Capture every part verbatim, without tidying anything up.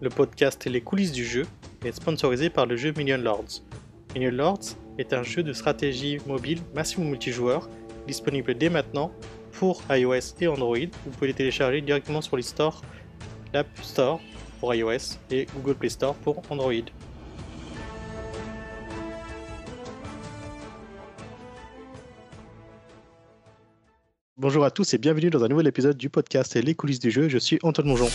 le podcast Les coulisses du jeu, est sponsorisé par le jeu Minion Lords. Minion Lords est un jeu de stratégie mobile massivement multijoueur, disponible dès maintenant pour iOS et Android. Vous pouvez les télécharger directement sur les stores, l'App Store pour iOS et Google Play Store pour Android. Bonjour à tous et bienvenue dans un nouvel épisode du podcast Les coulisses du jeu. Je suis Antoine Mongeon.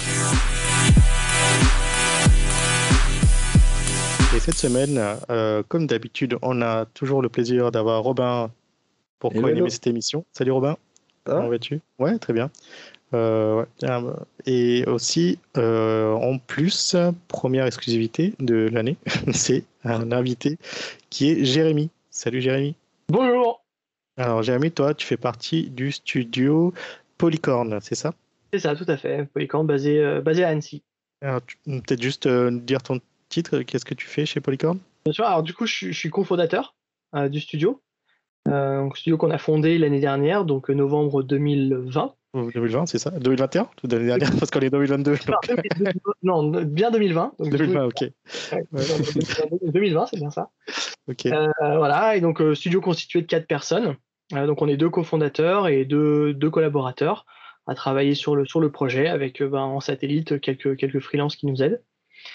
Et cette semaine, euh, comme d'habitude, on a toujours le plaisir d'avoir Robin pour co-animer cette émission. Salut Robin, comment vas-tu ? Ouais, très bien. Euh, ouais. Et aussi, euh, en plus, première exclusivité de l'année, c'est un invité qui est Jérémy. Salut Jérémy. Bonjour. Alors Jérémy, toi, tu fais partie du studio Polycorn, c'est ça ? C'est ça, tout à fait. Polycorn basé, euh, basé à Annecy. Alors, tu, peut-être juste euh, dire ton titre, qu'est-ce que tu fais chez Polycorn ? Bien sûr, alors du coup, je, suis, je suis cofondateur euh, du studio. Euh, un studio qu'on a fondé l'année dernière, donc novembre deux mille vingt. deux mille vingt, c'est ça ? deux mille vingt et un ? L'année dernière, parce qu'on est deux mille vingt-deux. Donc... Non, non, bien deux mille vingt. Donc deux mille vingt, coup, ok. Ouais, ouais. deux mille vingt, c'est bien ça. Ok. Euh, voilà, et donc euh, studio constitué de quatre personnes. Euh, donc on est deux cofondateurs et deux, deux collaborateurs à travailler sur le, sur le projet avec euh, ben, en satellite quelques, quelques freelances qui nous aident.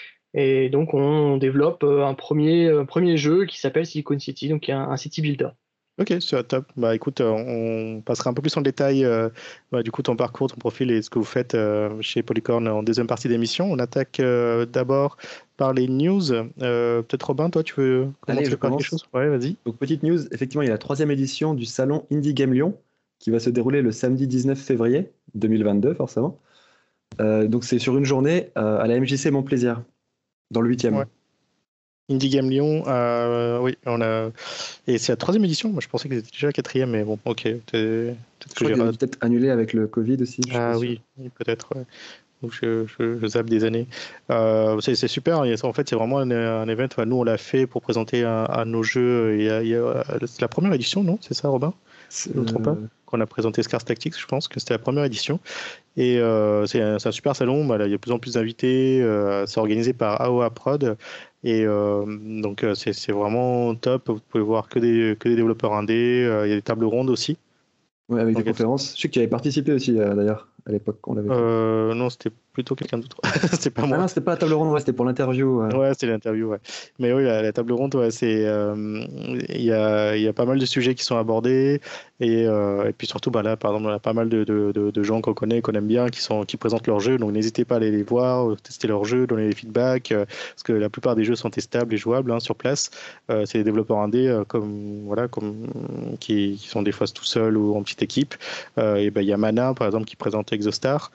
Et donc on développe un premier, un premier jeu qui s'appelle Silicon City, donc un, un city builder. Ok, c'est top. Bah écoute, on passera un peu plus en détail euh, bah, du coup ton parcours, ton profil et ce que vous faites euh, chez Polycorn en deuxième partie d'émission. On attaque euh, d'abord par les news. Euh, peut-être Robin, toi tu veux commencer Allez, je par commence. quelque chose ? Ouais, vas-y. Donc petite news, effectivement il y a la troisième édition du salon Indie Game Lyon qui va se dérouler le samedi dix-neuf février deux mille vingt-deux forcément. Euh, donc c'est sur une journée euh, à la M J C Montplaisir, dans le huitième. Ouais. Indie Game Lyon, euh, oui, on a... et c'est la troisième édition. Moi, je pensais que c'était déjà la quatrième, mais bon, ok. Peut-être je que crois j'ai qu'il a raté. peut-être annulé avec le Covid aussi. Je Ah oui, oui, peut-être. Ouais. Donc je, je, je zappe des années. Euh, c'est, c'est super. En fait, c'est vraiment un, un event. Enfin, nous, on l'a fait pour présenter un, un de nos jeux. Il y a, il y a... C'est la première édition, non ? C'est ça, Robin ? Je ne me trompe pas. Qu'on a présenté Scars Tactics, je pense que c'était la première édition. Et euh, c'est, un, c'est un super salon. Bah, là, il y a de plus en plus d'invités. Euh, c'est organisé par A O A Prod. Et euh, donc, c'est, c'est vraiment top. Vous pouvez voir que des, que des développeurs indés. Euh, il y a des tables rondes aussi. Ouais, avec donc, des conférences. Je sais que tu avais participé aussi, euh, d'ailleurs, à l'époque qu'on l'avait fait. Euh, non, c'était plutôt quelqu'un d'autre. C'était pas moi. Ah non, c'était pas la table ronde, ouais, c'était pour l'interview. Ouais, ouais c'était l'interview, ouais. Mais oui, la, la table ronde, ouais, c'est, il euh, y, a, y a pas mal de sujets qui sont abordés. Et, euh, et puis surtout, bah, là, par exemple, on a pas mal de, de, de, de gens qu'on connaît, qu'on aime bien, qui, sont, qui présentent leurs jeux. Donc n'hésitez pas à aller les voir, tester leurs jeux, donner des feedbacks. Euh, parce que la plupart des jeux sont testables et jouables hein, sur place. Euh, c'est des développeurs indés euh, comme, voilà, comme, qui, qui sont des fois tout seuls ou en petite équipe. Euh, et ben, il y a Mana, par exemple, qui présente Exostar.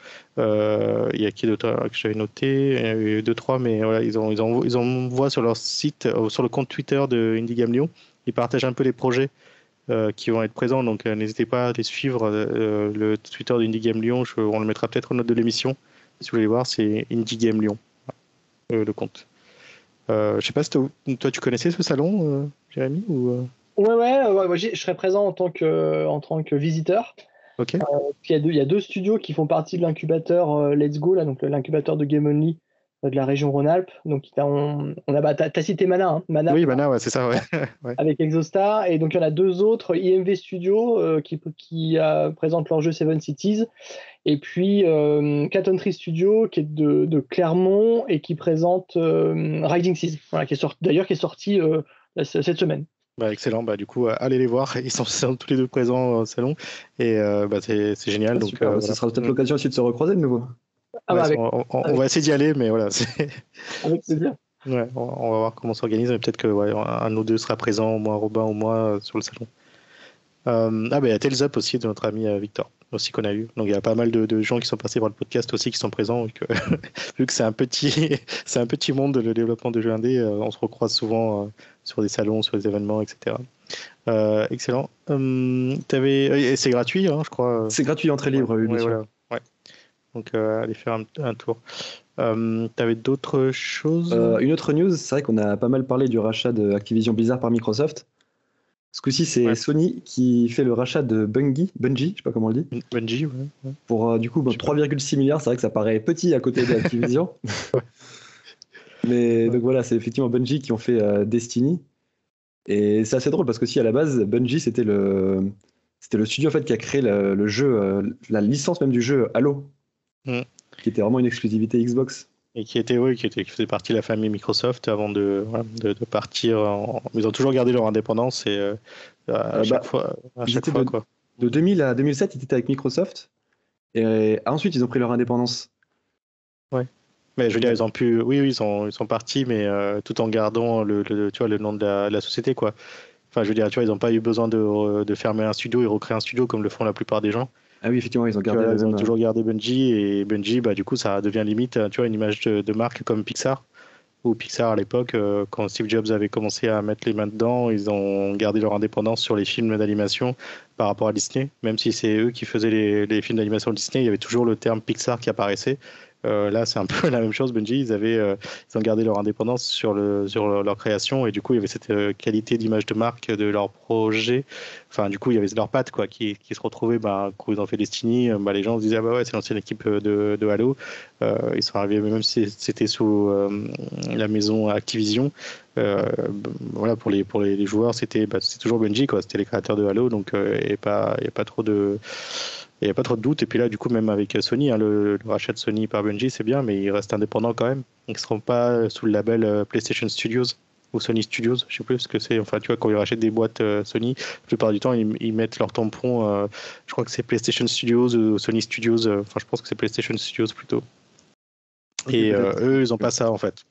Euh, il y a qui d'autre que j'avais noté, il y a eu deux trois, mais voilà, ils ont ils ont ils envoient sur leur site, euh, sur le compte Twitter de Indie Game Lyon, ils partagent un peu les projets euh, qui vont être présents, donc euh, n'hésitez pas à les suivre. Euh, le Twitter d'Indie Game Lyon, je, on le mettra peut-être en note de l'émission si vous voulez voir, c'est Indie Game Lyon, euh, le compte. Euh, je sais pas si toi tu connaissais ce salon, euh, Jérémy ou euh... Ouais ouais, ouais, ouais je serais présent en tant que en tant que visiteur. Ok. Euh, puis il, y a deux, il y a deux studios qui font partie de l'incubateur euh, Let's Go, là, donc l'incubateur de Game Only euh, de la région Rhône-Alpes. Donc on, on a, bah, t'as, t'as cité Mana, hein, Mana. Oui, Mana, ouais, c'est ça, ouais. ouais. Avec Exostar, et donc il y en a deux autres, I M V Studio euh, qui, qui euh, présente leur jeu Seven Cities, et puis euh, Cat Tree Studio qui est de, de Clermont et qui présente euh, Riding Seas, voilà, qui est sorti, d'ailleurs qui est sorti euh, cette semaine. Bah, excellent, bah, du coup, euh, allez les voir, ils sont, sont tous les deux présents au salon, et euh, bah, c'est, c'est génial. Ah, donc, super, euh, bah, voilà. Ce sera peut-être l'occasion aussi de se recroiser de nouveau. Ah, ouais, bah, avec, on, on, on avec, va essayer d'y aller, mais voilà. C'est... Avec plaisir. Ouais, on, on va voir comment on s'organise, mais peut-être que ouais, un ou deux sera présent, au moins Robin ou moi, euh, sur le salon. Euh, ah, bah, il y a Tales Up aussi de notre ami euh, Victor, aussi qu'on a eu. Donc il y a pas mal de, de gens qui sont passés par le podcast aussi qui sont présents. Et que, vu que c'est un, petit, c'est un petit monde, le développement de jeux indés, euh, on se recroise souvent euh, sur des salons, sur des événements, et cetera. Euh, excellent. Euh, t'avais... Et c'est gratuit, hein, je crois. C'est gratuit, entrée libre, ouais, oui, bien ouais, sûr. voilà. Ouais. Donc euh, allez faire un, un tour. Euh, t'avais d'autres choses euh, Une autre news, c'est vrai qu'on a pas mal parlé du rachat de Activision Blizzard par Microsoft. Ce coup-ci, c'est ouais. Sony qui fait le rachat de Bungie, Bungie, je sais pas comment on le dit. Bungie, ouais. ouais. Pour euh, du coup bon, trois virgule six milliards, c'est vrai que ça paraît petit à côté de Activision. ouais. Mais Ouais. donc voilà, c'est effectivement Bungie qui ont fait euh, Destiny. Et c'est assez drôle parce que si à la base, Bungie, c'était le, c'était le studio en fait, qui a créé le, le jeu, euh, la licence même du jeu Halo, Mm. qui était vraiment une exclusivité Xbox. Et qui était, oui, qui était, qui faisait partie de la famille Microsoft avant de, voilà, de, de partir. En... Ils ont toujours gardé leur indépendance et euh, à Euh, chaque bah, fois, à ils chaque étaient fois, de, quoi. de deux mille à deux mille sept, ils étaient avec Microsoft. Et ensuite, ils ont pris leur indépendance. Ouais. Mais je veux dire, Mais- ils ont pu, oui, oui, ils sont, ils sont partis, mais euh, tout en gardant le, le- tu vois, le nom de la, de la société, quoi. Enfin, je veux dire, tu vois, ils n'ont pas eu besoin de, de fermer un studio et recréer un studio comme le font la plupart des gens. Ah oui, effectivement, ils ont Tu gardé vois, là, le ils ont même. toujours gardé Bungie et Bungie, bah, du coup, ça devient limite, tu vois, une image de, de marque comme Pixar. Ou Pixar à l'époque, euh, quand Steve Jobs avait commencé à mettre les mains dedans, ils ont gardé leur indépendance sur les films d'animation par rapport à Disney. Même si c'est eux qui faisaient les, les films d'animation Disney, il y avait toujours le terme Pixar qui apparaissait. Euh, là, c'est un peu la même chose. Bungie, ils avaient, euh, ils ont gardé leur indépendance sur le, sur leur, leur création et du coup, il y avait cette euh, qualité d'image de marque de leur projet. Enfin, du coup, il y avait leurs pattes quoi, qui, qui se retrouvaient. Bah, quand ils ont fait Destiny, euh, bah, les gens se disaient ah bah ouais, c'est l'ancienne équipe de, de Halo. Euh, ils sont arrivés, même si c'était sous euh, la maison Activision. Euh, voilà, pour les, pour les, les joueurs, c'était bah, c'était toujours Bungie, quoi. C'était les créateurs de Halo, donc il euh, n'y a pas, y a pas trop de. Il n'y a pas trop de doute. Et puis là, du coup, même avec Sony, hein, le, le rachat de Sony par Bungie, c'est bien, mais ils restent indépendants quand même. Ils ne seront pas sous le label euh, PlayStation Studios ou Sony Studios, je sais plus ce que c'est. Enfin, tu vois, quand ils rachètent des boîtes euh, Sony, la plupart du temps, ils, ils mettent leur tampon. Euh, je crois que c'est PlayStation Studios ou Sony Studios. euh, Enfin, je pense que c'est PlayStation Studios plutôt. Ok, Et euh, peut-être. eux, ils n'ont pas ça en fait.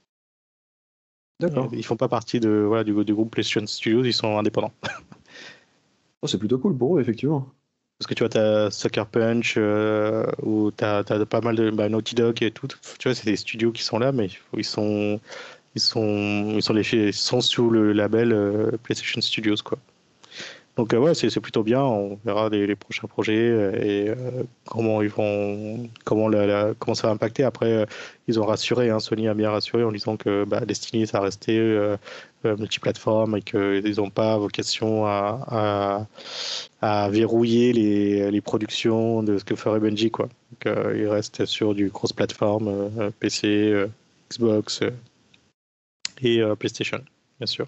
D'accord. Ils font pas partie de, voilà, du, du groupe PlayStation Studios, ils sont indépendants. Oh, c'est plutôt cool pour eux, effectivement. Parce que tu vois, t'as Sucker Punch, euh, ou t'as as pas mal de bah, Naughty Dog et tout. Tu vois, c'est des studios qui sont là, mais ils sont, ils sont, ils sont, les, ils sont sous le label euh, PlayStation Studios, quoi. Donc euh, ouais, c'est c'est plutôt bien. On verra les, les prochains projets euh, et euh, comment ils vont, comment la, la- comment ça va impacter. Après, euh, ils ont rassuré, hein, Sony a bien rassuré en disant que bah, Destiny ça restait euh, euh, multiplateforme et qu'ils n'ont pas vocation à, à, à verrouiller les, les productions de ce que ferait Bungie, quoi. Donc euh, ils restent sur du cross-platform, euh, P C, euh, Xbox euh, et euh, PlayStation, bien sûr.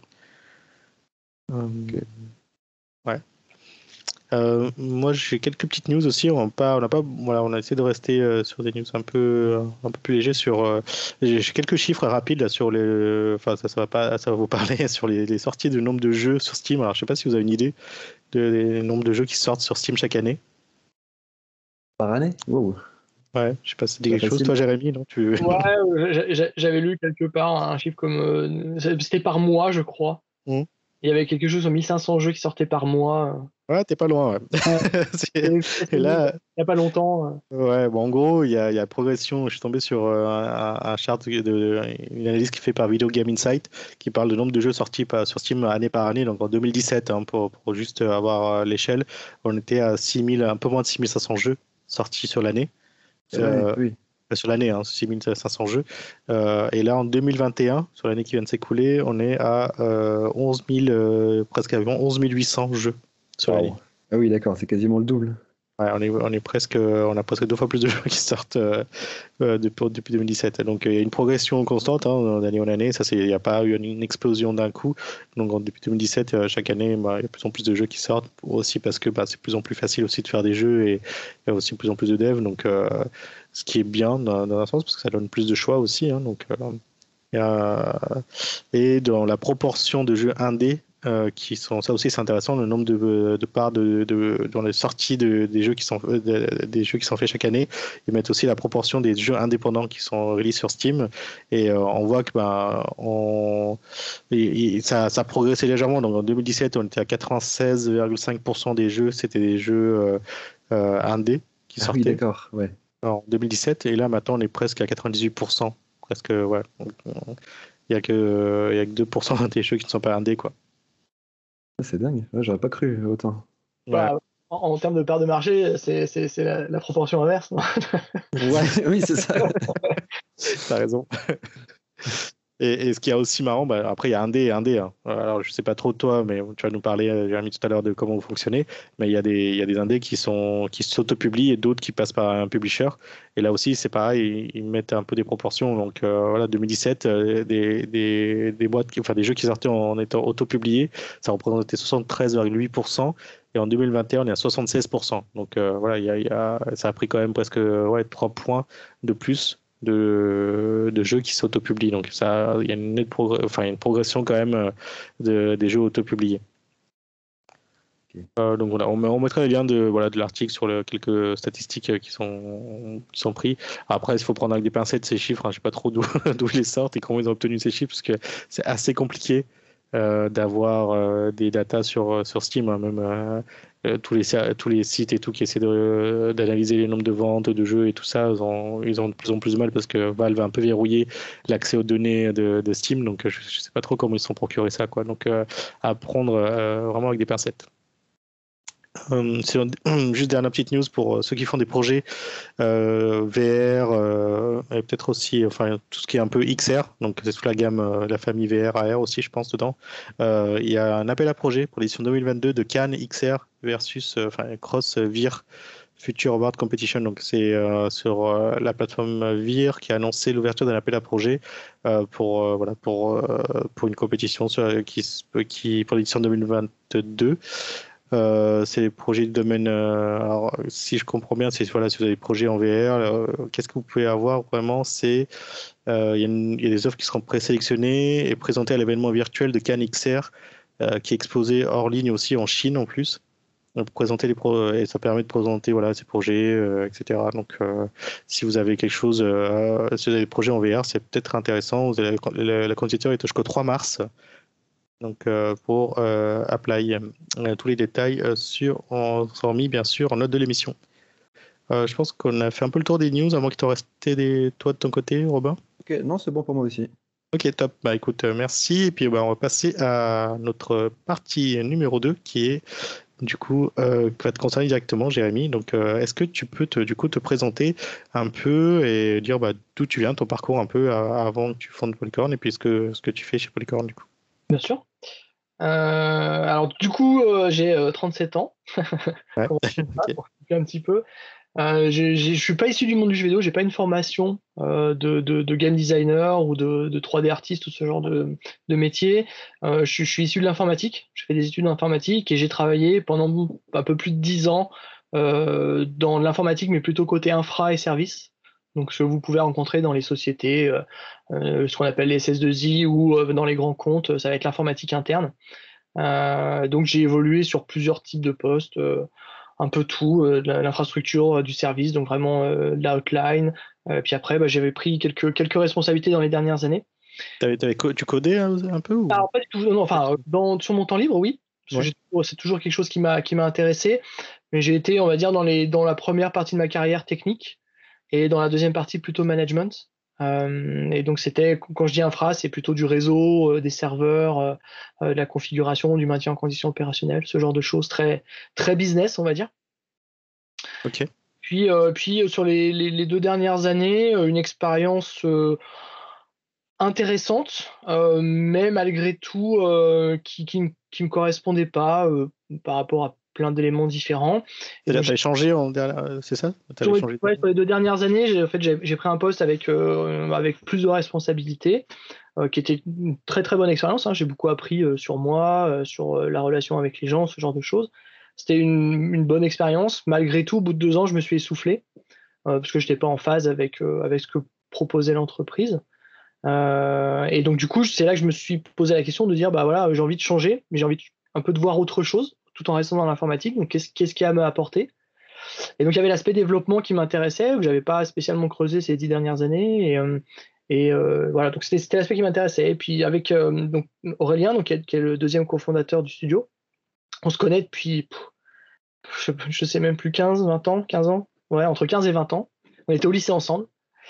Euh, Ok. ouais. Euh, moi, j'ai quelques petites news aussi. On n'a pas, on a pas, voilà, on a essayé de rester euh, sur des news un peu, un peu plus légers. Sur, euh, j'ai j'ai quelques chiffres rapides là sur les, enfin ça, ça va pas, ça va vous parler sur les, les sorties du nombre de jeux sur Steam. Alors, je sais pas si vous avez une idée de- des nombres de jeux qui sortent sur Steam chaque année. Par année? Wow, Ouais, je sais pas si ça dit pas quelque chose. facile. Toi, Jérémy, non, tu... Ouais, euh, j'a- j'a- j'avais lu quelque part un chiffre comme. euh, C'était par mois, je crois. Hmm. Il y avait quelque chose sur mille cinq cents jeux qui sortaient par mois. Ouais, t'es pas loin. Ouais. euh. C'est- Et Et là, il n'y a pas longtemps. euh. ouais, bon, en gros, il y a, il y a progression. Je suis tombé sur euh, un, un chart de, de- une analyse qui est faite par Video Game Insight qui parle du nombre de jeux sortis par- sur Steam année par année. Donc en deux mille dix-sept, hein, pour, pour juste avoir euh, l'échelle, on était à six mille, un peu moins de six mille cinq cents jeux sortis sur l'année. Ah ouais, Euh, oui. sur l'année, hein, six mille cinq cents jeux. Euh, et là, en deux mille vingt et un, sur l'année qui vient de s'écouler, on est à euh, onze mille, euh, presque environ onze mille huit cents jeux sur l'année. Wow. Ah oui, d'accord, c'est quasiment le double. Ouais, on est, on est presque, on a presque deux fois plus de jeux qui sortent euh, euh, depuis, depuis deux mille dix-sept. Donc il y a une progression constante hein, d'année en année. Ça, c'est, il n'y a pas eu une explosion d'un coup. Donc en- depuis deux mille dix-sept, euh, chaque année, bah, il y a de plus en plus de jeux qui sortent. Aussi parce que bah, c'est de plus en plus facile aussi de faire des jeux et il y a aussi de plus en plus de devs. Donc euh, ce qui est bien dans, dans un sens parce que ça donne plus de choix aussi. Hein, donc euh, il y a- et dans la proportion de jeux indés euh, qui sont, ça aussi c'est intéressant, le nombre de, de parts de, de- dans les sorties de, des jeux qui sont euh, de- des jeux qui sont faits chaque année. Ils mettent aussi la proportion des jeux indépendants qui sont release sur Steam et euh, on voit que ben on, et- et ça, ça a progressé légèrement. Donc en deux mille dix-sept, on était à quatre-vingt-seize virgule cinq pour cent des jeux, c'était des jeux euh, euh, indés qui Ah oui, sortaient d'accord, ouais. en deux mille dix-sept et là maintenant on est presque à quatre-vingt-dix-huit pour cent. Presque, ouais. Donc, on- il y a que, il y a que deux pour cent des jeux qui ne sont pas indés, quoi. Ah, c'est dingue, ouais, j'aurais pas cru autant. Ouais. Bah, en, en termes de part de marché, c'est c'est- c'est la, la proportion inverse. Non. Ouais, Oui, c'est ça. t'as raison. Et, et ce qui est aussi marrant, bah, après il y a un dé et un dé. Hein. Alors je sais pas trop de toi, mais tu vas nous parler, euh, Jérémy, tout à l'heure de comment vous fonctionnez. Mais il y a des, il y a des indés qui sont qui s'auto-publient et d'autres qui passent par un publisher. Et là aussi c'est pareil, ils, ils mettent un peu des proportions. Donc euh, voilà, deux mille dix-sept, euh, des, des, des boîtes, qui, enfin des jeux qui sortaient en étant auto-publiés, ça représentait soixante-treize virgule huit pour cent. Et en deux mille vingt et un, on est à soixante-seize pour cent. Donc euh, voilà, il y a, il y a, ça a pris quand même presque ouais, trois points de plus de, de jeux qui s'autopublient. Donc ça, il y a une, nette progr- enfin, une progression quand même de, des jeux autopubliés. Okay. Euh, donc voilà, on, on mettra les liens de, voilà, de l'article sur le, quelques statistiques qui sont, qui sont pris. Après, il faut prendre avec des pincettes ces chiffres. Hein. Je ne sais pas trop d'où, d'où ils les sortent et comment ils ont obtenu ces chiffres, parce que c'est assez compliqué. Euh, d'avoir euh, des datas sur, sur Steam, hein, même euh, euh, tous, les, tous les sites et tout qui essaient de, d'analyser les nombres de ventes de jeux et tout ça, ils ont, ils ont de plus en plus de mal parce que Valve a un peu verrouillé l'accès aux données de, de Steam, donc je ne sais pas trop comment ils se sont procurés ça, quoi. Donc euh, à prendre euh, vraiment avec des pincettes. Euh, c'est juste dernière petite news pour ceux qui font des projets euh, V R euh, et peut-être aussi enfin tout ce qui est un peu X R, donc c'est toute la gamme, euh, la famille V R A R aussi je pense dedans. Euh, il y a un appel à projet pour l'édition deux mille vingt-deux de Cannes X R versus euh, enfin Cross V R Future Award Competition, donc c'est euh, sur euh, la plateforme V R qui a annoncé l'ouverture d'un appel à projet euh, pour euh, voilà pour euh, pour une compétition sur, qui qui pour l'édition deux mille vingt-deux. Euh, c'est les projets de domaine. Euh, alors, si je comprends bien, c'est voilà, si vous avez des projets en V R, euh, qu'est-ce que vous pouvez avoir vraiment? C'est euh, il y, y a des offres qui seront présélectionnées et présentées à l'événement virtuel de Cannes X R, euh, qui est exposé hors ligne aussi en Chine en plus. Donc, présenter les pro et ça permet de présenter voilà ces projets, euh, et cetera. Donc, euh, si vous avez quelque chose, euh, si vous avez des projets en V R, c'est peut-être intéressant. Vous avez, la, la candidature est jusqu'au trois mars. Donc euh, pour euh, Apply, euh, tous les détails euh, sur, en, sont mis bien sûr en note de l'émission. Euh, je pense qu'on a fait un peu le tour des news, à moins qu'il t'en restait des toi de ton côté, Robin. Ok, non, c'est bon pour moi aussi. Ok, top. Bah écoute, euh, merci. Et puis bah, on va passer à notre partie numéro deux qui est du coup euh, qui va te concerner directement, Jérémy. Donc euh, est-ce que tu peux te, du coup te présenter un peu et dire bah, d'où tu viens, ton parcours un peu à, avant que tu fondes Polycorn et puis ce que, ce que tu fais chez Polycorn du coup. Bien sûr. Euh, alors du coup, euh, j'ai euh, trente-sept ans. Ouais. Pour expliquer un petit peu. Euh, je suis pas issu du monde du jeu vidéo, j'ai pas une formation euh, de, de, de game designer ou de, de trois D artiste ou ce genre de, de métier. Euh, je, je suis issu de l'informatique, je fais des études d'informatique et j'ai travaillé pendant un peu plus de dix ans euh, dans l'informatique, mais plutôt côté infra et services. Donc ce que vous pouvez rencontrer dans les sociétés, euh, euh, ce qu'on appelle les S S deux I ou euh, dans les grands comptes, ça va être l'informatique interne. Euh, donc j'ai évolué sur plusieurs types de postes. Euh, un peu tout, euh, de l'infrastructure, euh, du service, donc vraiment euh, de l'outline. Euh, puis après, bah, j'avais pris quelques, quelques responsabilités dans les dernières années. T'avais, t'avais co- tu codais un, un peu ou... Alors, pas du tout, non, enfin, dans, sur mon temps libre, oui, parce ouais. que c'est toujours quelque chose qui m'a, qui m'a intéressé, mais j'ai été, on va dire, dans, les, dans la première partie de ma carrière technique et dans la deuxième partie plutôt management. Euh, et donc, c'était, quand je dis infra, c'est plutôt du réseau, euh, des serveurs, euh, euh, de la configuration, du maintien en conditions opérationnelles, ce genre de choses très, très business, on va dire. Ok. Puis, euh, puis sur les, les, les deux dernières années, une expérience euh, intéressante, euh, mais malgré tout euh, qui, qui, qui me correspondait pas euh, par rapport à plein d'éléments différents. Et là, tu as changé, en dernière... c'est ça Sur, changé ouais, sur les deux dernières années, j'ai en fait, j'ai, j'ai pris un poste avec, euh, avec plus de responsabilités, euh, qui était une très très bonne expérience. Hein. J'ai beaucoup appris euh, sur moi, euh, sur euh, la relation avec les gens, ce genre de choses. C'était une, une bonne expérience. Malgré tout, au bout de deux ans, je me suis essoufflé euh, parce que je n'étais pas en phase avec, euh, avec ce que proposait l'entreprise. Euh, et donc, du coup, c'est là que je me suis posé la question de dire, bah voilà, j'ai envie de changer, mais j'ai envie de, un peu de voir autre chose, tout en restant dans l'informatique. Donc, qu'est-ce, qu'est-ce qu'il y a à me apporter? Et donc, il y avait l'aspect développement qui m'intéressait, que je n'avais pas spécialement creusé ces dix dernières années. Et, euh, et euh, voilà, donc c'était, c'était l'aspect qui m'intéressait. Et puis, avec euh, donc, Aurélien, donc, qui est, qui est le deuxième cofondateur du studio, on se connaît depuis, pff, je ne sais même plus, quinze, vingt ans, quinze ans. Ouais, entre quinze et vingt ans. On était au lycée ensemble.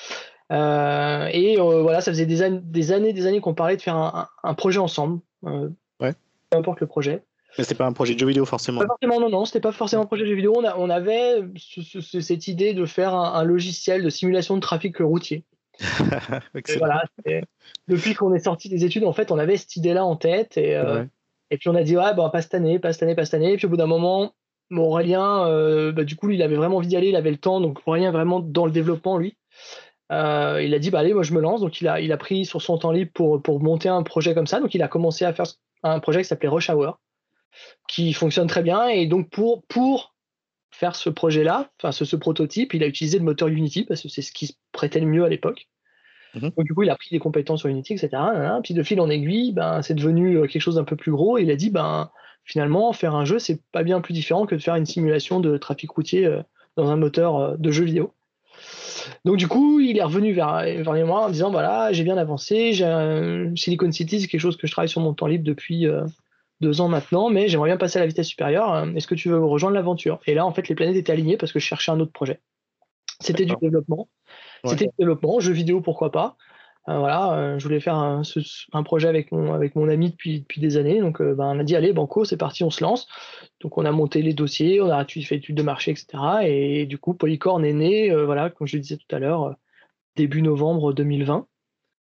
Euh, et euh, voilà, ça faisait des, an- des années, des années qu'on parlait de faire un, un, un projet ensemble. Euh, ouais. Peu importe le projet. Mais c'était pas un projet de jeu vidéo forcément. Pas forcément, non, non, c'était pas forcément un projet de jeu vidéo. On, a, on avait ce, ce, cette idée de faire un, un logiciel de simulation de trafic routier. Et voilà, et depuis qu'on est sorti des études, en fait, on avait cette idée-là en tête. Et, euh, Ouais. et puis on a dit, ouais, bah, pas cette année, pas cette année, pas cette année. Et puis au bout d'un moment, bon, Aurélien, euh, bah, du coup, lui, il avait vraiment envie d'y aller, il avait le temps. Donc Aurélien, vraiment dans le développement, lui. Euh, il a dit, bah, allez, moi, je me lance. Donc il a, il a pris sur son temps libre pour, pour monter un projet comme ça. Donc il a commencé à faire un projet qui s'appelait Rush Hour, qui fonctionne très bien. Et donc pour, pour faire ce projet-là, enfin ce, ce prototype, il a utilisé le moteur Unity parce que c'est ce qui se prêtait le mieux à l'époque. Mhm. Donc du coup, il a pris des compétences sur Unity, et cetera. Puis de fil en aiguille, ben, c'est devenu quelque chose d'un peu plus gros. Et il a dit, ben, finalement, faire un jeu, c'est pas bien plus différent que de faire une simulation de trafic routier euh, dans un moteur euh, de jeu vidéo. Donc du coup, il est revenu vers, vers moi en disant, voilà, j'ai bien avancé, j'ai un... Silicon City, c'est quelque chose que je travaille sur mon temps libre depuis euh, deux ans maintenant, mais j'aimerais bien passer à la vitesse supérieure. Est-ce que tu veux rejoindre l'aventure? Et là, en fait, les planètes étaient alignées parce que je cherchais un autre projet. C'était du D'accord. développement. Ouais. C'était du développement, jeux vidéo, pourquoi pas. Euh, voilà, euh, je voulais faire un, ce, un projet avec mon, avec mon ami depuis, depuis des années. Donc, euh, ben, on a dit, allez, banco, c'est parti, on se lance. Donc, on a monté les dossiers, on a fait études de marché, et cetera. Et du coup, Polycorn est né, euh, voilà, comme je le disais tout à l'heure, euh, début novembre deux mille vingt.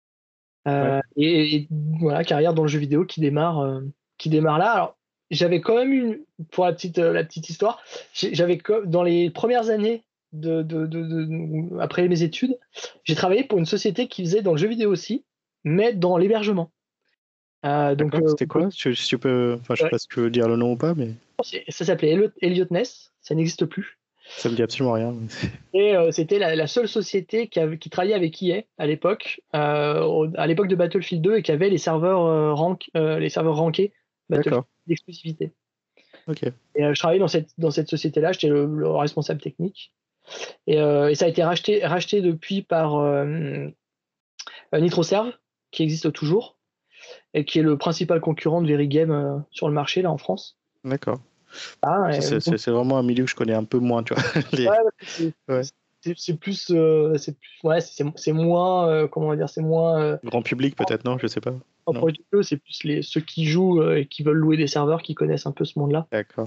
Euh, Ouais. et, et voilà, carrière dans le jeu vidéo qui démarre, euh, qui démarre là. Alors, j'avais quand même une, pour la petite, euh, la petite histoire, j'avais dans les premières années de, de, de, de, après mes études, j'ai travaillé pour une société qui faisait dans le jeu vidéo aussi, mais dans l'hébergement. Euh, donc, D'accord. euh, C'était quoi? Si si tu peux, enfin, je sais ouais, pas si tu veux dire le nom ou pas, mais ça s'appelait Elliot, Elliot Ness, ça n'existe plus. ça me dit absolument rien. Et euh, c'était la, la seule société qui, avait, qui travaillait avec E A à l'époque, euh, au- à l'époque de Battlefield deux, et qui avait les serveurs, euh, rank, euh, les serveurs rankés Battlefield D'accord. d'exclusivité. Ok. Et euh, je travaillais dans cette, dans cette société-là, j'étais le, le responsable technique. Et, euh, et ça a été racheté, racheté depuis par euh, NitroServe, qui existe toujours, et qui est le principal concurrent de Verigame euh, sur le marché, là, en France. D'accord. Ah, Ça, et C'est donc, c'est- c'est vraiment un milieu que je connais un peu moins, tu vois. Les... ouais, c'est Ouais. c'est- c'est plus, euh, c'est plus- ouais, c'est c'est moins, euh, comment on va dire, c'est moins euh, Grand public peut-être, non? Je sais pas. en Non. produit, c'est plus les, ceux qui jouent euh, et qui veulent louer des serveurs qui connaissent un peu ce monde-là. D'accord.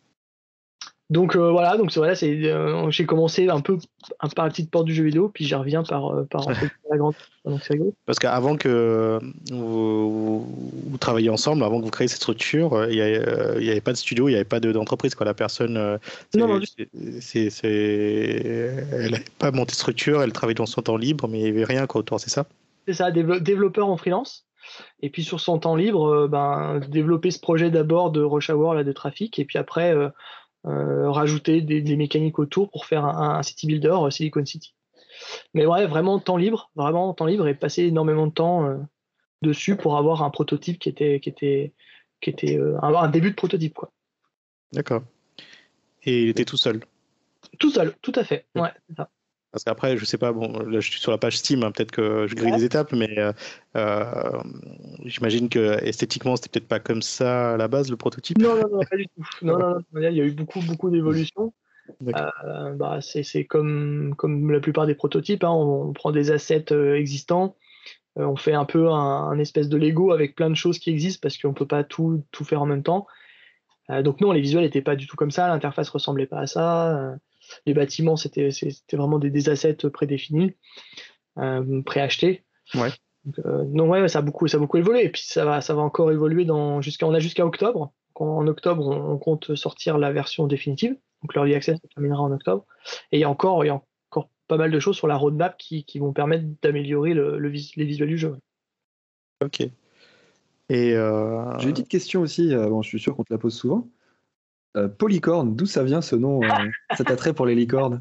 Donc euh, voilà, donc c'est voilà, c'est euh, j'ai commencé un peu un, par la petite porte du jeu vidéo, puis j'y reviens par euh, par entre guillemets, la grande. Donc c'est rigolo. Parce qu'avant que vous, vous travailliez ensemble, avant que vous créiez cette structure, euh, il n'y avait, il y avait pas de studio, il n'y avait pas de- d'entreprise. Quoi. La personne, euh, Non, non, c'est, c'est, c'est- c'est- elle n'avait pas monté de structure, elle travaillait dans son temps libre, mais il n'y avait rien quoi, autour, c'est ça? c'est ça, dévelop- développeur en freelance. Et puis sur son temps libre, euh, ben développer ce projet d'abord de Rush Hour là de trafic, et puis après euh, euh, rajouter des, des mécaniques autour pour faire un, un city builder euh, Silicon City. Mais ouais, vraiment temps libre, vraiment temps libre et passer énormément de temps euh, dessus pour avoir un prototype qui était qui était qui était euh, un, un début de prototype quoi. D'accord. Et il était tout seul. Tout seul, tout à fait. Ouais, c'est ça. Parce qu'après, je sais pas, bon, là je suis sur la page Steam, hein, peut-être que je grille Ouais. les étapes, mais euh, euh, j'imagine que esthétiquement, c'était peut-être pas comme ça à la base, le prototype. Non, non, non, pas du tout. Non, non, non, il y a eu beaucoup, beaucoup d'évolutions. D'accord. Euh, bah, c'est, c'est comme, comme la plupart des prototypes, hein, on, on prend des assets euh, existants, euh, on fait un peu un, un espèce de Lego avec plein de choses qui existent parce qu'on peut pas tout, tout faire en même temps. Euh, donc non, les visuels n'étaient pas du tout comme ça, l'interface ressemblait pas à ça. Euh, les bâtiments, c'était, c'était vraiment des, des assets prédéfinis, euh, préachetés. Ouais. Donc, euh, non, ouais, ça a beaucoup, ça a beaucoup évolué. Et puis ça va, ça va encore évoluer dans jusqu'à, on a jusqu'à octobre. En octobre, on, on compte sortir la version définitive. Donc l'Early Access se terminera en octobre. Et il y a encore, il y a encore pas mal de choses sur la roadmap qui, qui vont permettre d'améliorer le, le vis- les visuels du jeu. Ok. Et euh, J'ai une petite question aussi, euh, bon, je suis sûr qu'on te la pose souvent. Euh, Polycorne, d'où ça vient ce nom, euh, cet attrait pour les licornes?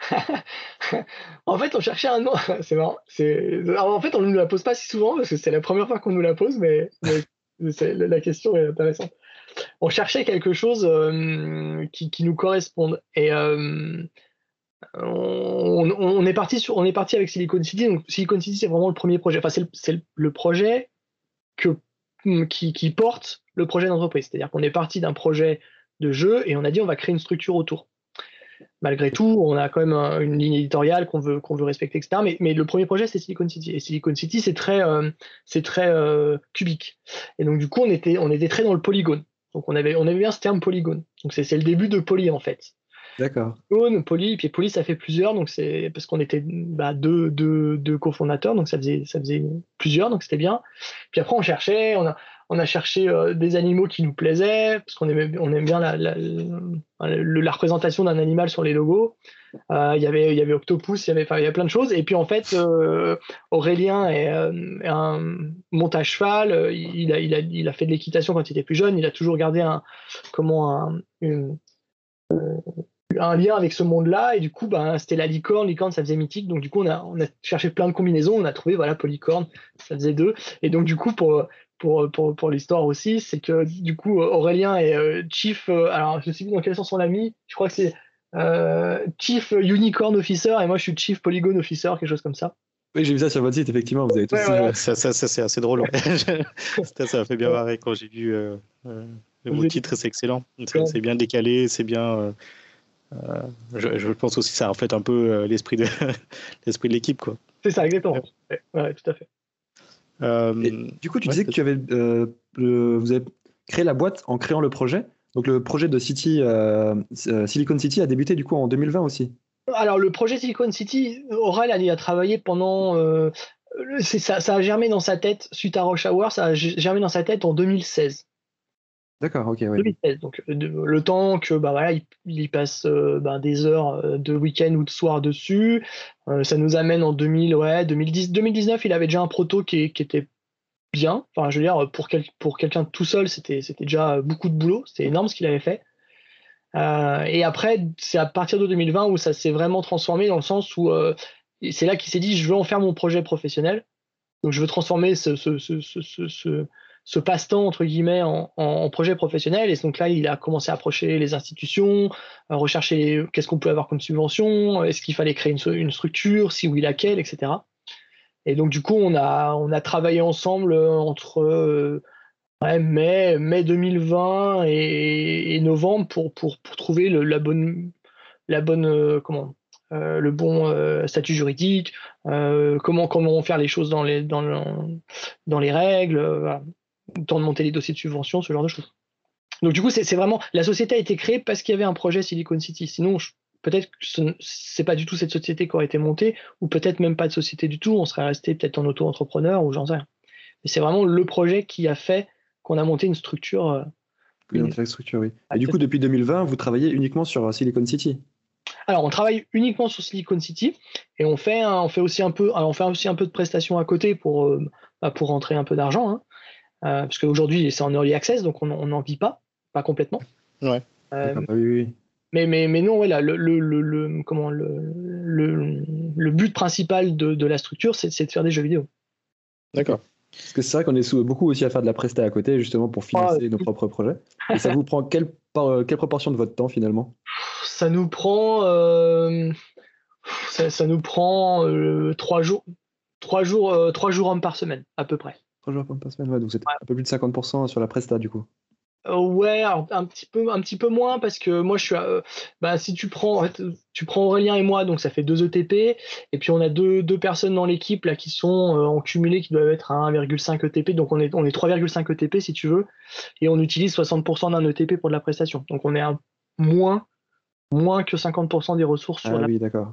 En fait, on cherchait un nom. C'est marrant. C'est... Alors, en fait, on ne nous la pose pas si souvent parce que c'est la première fois qu'on nous la pose, mais, mais c'est- la question est intéressante. On cherchait quelque chose euh, qui, qui nous corresponde. Et euh, on, on est parti sur, on est parti avec Silicon City. Donc, Silicon City, c'est vraiment le premier projet. Enfin, c'est le, c'est le, le projet que, qui, qui porte le projet d'entreprise. C'est-à-dire qu'on est parti d'un projet de jeu et on a dit on va créer une structure autour. Malgré tout, on a quand même un, une ligne éditoriale qu'on veut, qu'on veut respecter, et cetera. Mais, mais le premier projet, c'est Silicon City. Et Silicon City, c'est très, euh, c'est très euh, cubique. Et donc, du coup, on était, on était très dans le polygone. Donc, on avait, on avait bien ce terme polygone. Donc, c'est, c'est le début de Poly, en fait. D'accord. Polygon, Poly, et puis Poly, ça fait plusieurs, donc c'est parce qu'on était bah, deux, deux, deux cofondateurs, donc ça faisait, ça faisait plusieurs, donc c'était bien. Puis après, on cherchait, on a, on a cherché euh, des animaux qui nous plaisaient, parce qu'on aimait, on aime bien la, la, la, la représentation d'un animal sur les logos. Euh, il y avait, il y avait Octopus, il y avait, enfin, il y a plein de choses. Et puis en fait, euh, Aurélien est, euh, est un monte à cheval. euh, Il a, il a, il a fait de l'équitation quand il était plus jeune. Il a toujours gardé un, comment un, une- un lien avec ce monde-là. Et du coup, ben, c'était la licorne. Licorne, ça faisait mythique. Donc du coup, on a, on a cherché plein de combinaisons. On a trouvé, voilà, Polycorne, ça faisait deux. Et donc du coup, pour pour, pour, pour l'histoire aussi, c'est que du coup, Aurélien est euh, Chief. euh, alors, je ne sais plus dans quel sens on l'a mis. Je crois que c'est euh, Chief Unicorn Officer et moi je suis Chief Polygon Officer, quelque chose comme ça. Oui, j'ai vu ça sur votre site, effectivement, vous avez tous. Ouais, ouais, ouais. Ça, ça, ça, c'est assez drôle. Ouais. ça, ça m'a fait bien marrer quand j'ai vu euh, euh, le mot titre, c'est excellent. C'est, c'est bien décalé, c'est bien. Euh, euh, je, je pense aussi que ça reflète un peu euh, l'esprit de l'esprit de l'équipe, quoi. C'est ça, exactement. Ouais, ouais, tout à fait. Euh, Et du coup, tu ouais, disais que tu avais, euh, le, vous avez créé la boîte en créant le projet. Donc le projet de City, euh, euh, Silicon City a débuté du coup en deux mille vingt aussi. Alors le projet Silicon City, Aurel il a travaillé pendant. Euh, c'est, ça, ça a germé dans sa tête suite à Rush Hour, ça a germé dans sa tête en deux mille seize. D'accord, ok, oui. deux mille seize, donc de, le temps que bah voilà, il, il y passe euh, bah, des heures de week-end ou de soir dessus, euh, ça nous amène en deux mille, ouais, deux mille dix, deux mille dix-neuf, il avait déjà un proto qui, qui était bien. Enfin, je veux dire, pour, quel, pour quelqu'un tout seul, c'était, c'était déjà beaucoup de boulot, c'était énorme ce qu'il avait fait. Euh, et après, c'est à partir de deux mille vingt où ça s'est vraiment transformé dans le sens où euh, c'est là qu'il s'est dit, je veux en faire mon projet professionnel. Donc, je veux transformer ce, ce, ce, ce, ce, ce passe-temps, entre guillemets, en, en, en projet professionnel. Et donc là, il a commencé à approcher les institutions, à rechercher qu'est-ce qu'on peut avoir comme subvention, est-ce qu'il fallait créer une, une structure, si oui, laquelle, et cetera. Et donc, du coup, on a, on a travaillé ensemble entre euh, ouais, mai, mai deux mille vingt et, et novembre pour, pour, pour trouver le, la bonne, la bonne euh, comment, euh, le bon euh, statut juridique, euh, comment, comment faire les choses dans les, dans le, dans les règles, euh, voilà. Le temps de monter les dossiers de subvention, ce genre de choses. Donc du coup, c'est, c'est vraiment la société a été créée parce qu'il y avait un projet Silicon City. Sinon, je, peut-être que ce c'est pas du tout cette société qui aurait été montée, ou peut-être même pas de société du tout. On serait resté peut-être en auto-entrepreneur ou j'en sais rien. Mais c'est vraiment le projet qui a fait qu'on a monté une structure. Euh, Une une... structure, oui. Et du coup, depuis deux mille vingt, vous travaillez uniquement sur Silicon City. Alors, on travaille uniquement sur Silicon City et on fait, un, on fait aussi un peu, alors on fait aussi un peu de prestations à côté pour, euh, bah, pour rentrer un peu d'argent, hein. Euh, parce qu'aujourd'hui c'est en early access, donc on n'en vit pas, pas complètement. Ouais. Euh, D'accord, oui, oui. mais, mais, mais non, ouais, là, le, le, le, le, comment, le, le, le but principal de, de la structure, c'est, c'est de faire des jeux vidéo. D'accord. Parce que c'est vrai qu'on est sous, beaucoup aussi à faire de la presta à côté, justement pour financer Ah, nos propres projets. Et ça vous prend quelle, par, quelle proportion de votre temps finalement? Ça nous prend, euh, ça, ça nous prend euh, trois jours, trois jours, euh, trois jours hommes par semaine, à peu près. Trois jours par semaine, ouais, donc c'est Ouais. un peu plus de cinquante pour cent sur la presta du coup. Euh, ouais, alors, un petit peu, un petit peu moins parce que moi je suis, euh, bah, si tu prends, en fait, tu prends Aurélien et moi, donc ça fait deux E T P, et puis on a deux, deux personnes dans l'équipe là qui sont euh, en cumulé qui doivent être à un virgule cinq E T P, donc on est, on est trois virgule cinq E T P si tu veux, et on utilise soixante pour cent d'un E T P pour de la prestation, donc on est à moins, moins que cinquante pour cent des ressources sur Ah la. oui, d'accord.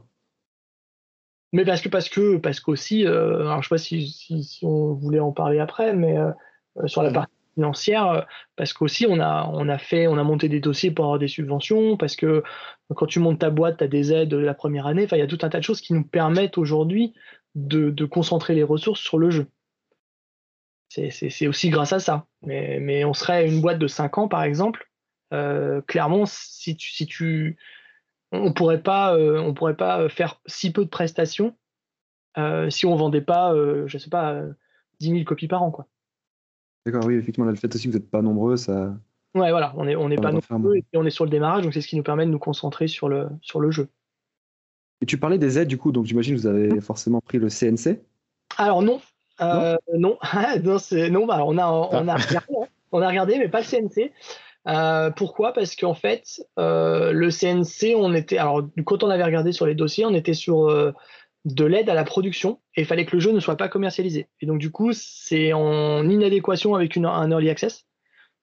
Mais parce que, parce que, parce qu'aussi, euh, alors je sais pas si, si, si on voulait en parler après, mais euh, sur la Mhm. partie financière, euh, parce qu'aussi on a, on a fait, on a monté des dossiers pour avoir des subventions, parce que quand tu montes ta boîte, tu as des aides la première année. Enfin, il y a tout un tas de choses qui nous permettent aujourd'hui de, de concentrer les ressources sur le jeu. C'est, c'est, c'est aussi grâce à ça. Mais, mais on serait une boîte de cinq ans, par exemple. Euh, clairement, si tu, si tu, on pourrait pas, euh, on pourrait pas faire si peu de prestations euh, si on vendait pas, euh, je sais pas, euh, dix mille copies par an, quoi. D'accord, oui, effectivement, là, le fait aussi que vous n'êtes pas nombreux, ça, Ouais, voilà, on est, on n'est ça va pas d'en faire nombreux moins. et puis on est sur le démarrage, donc c'est ce qui nous permet de nous concentrer sur le, sur le jeu. Et tu parlais des aides du coup, donc j'imagine que vous avez forcément pris le C N C, Alors non, non? euh, non, non, c'est, non, bah, on a, on a Ah. regardé, hein. On a regardé, mais pas le C N C. Euh, pourquoi? Parce qu'en fait, euh, le C N C, on était, alors quand on avait regardé sur les dossiers, on était sur euh, de l'aide à la production et il fallait que le jeu ne soit pas commercialisé. Et donc du coup, c'est en inadéquation avec une, un early access,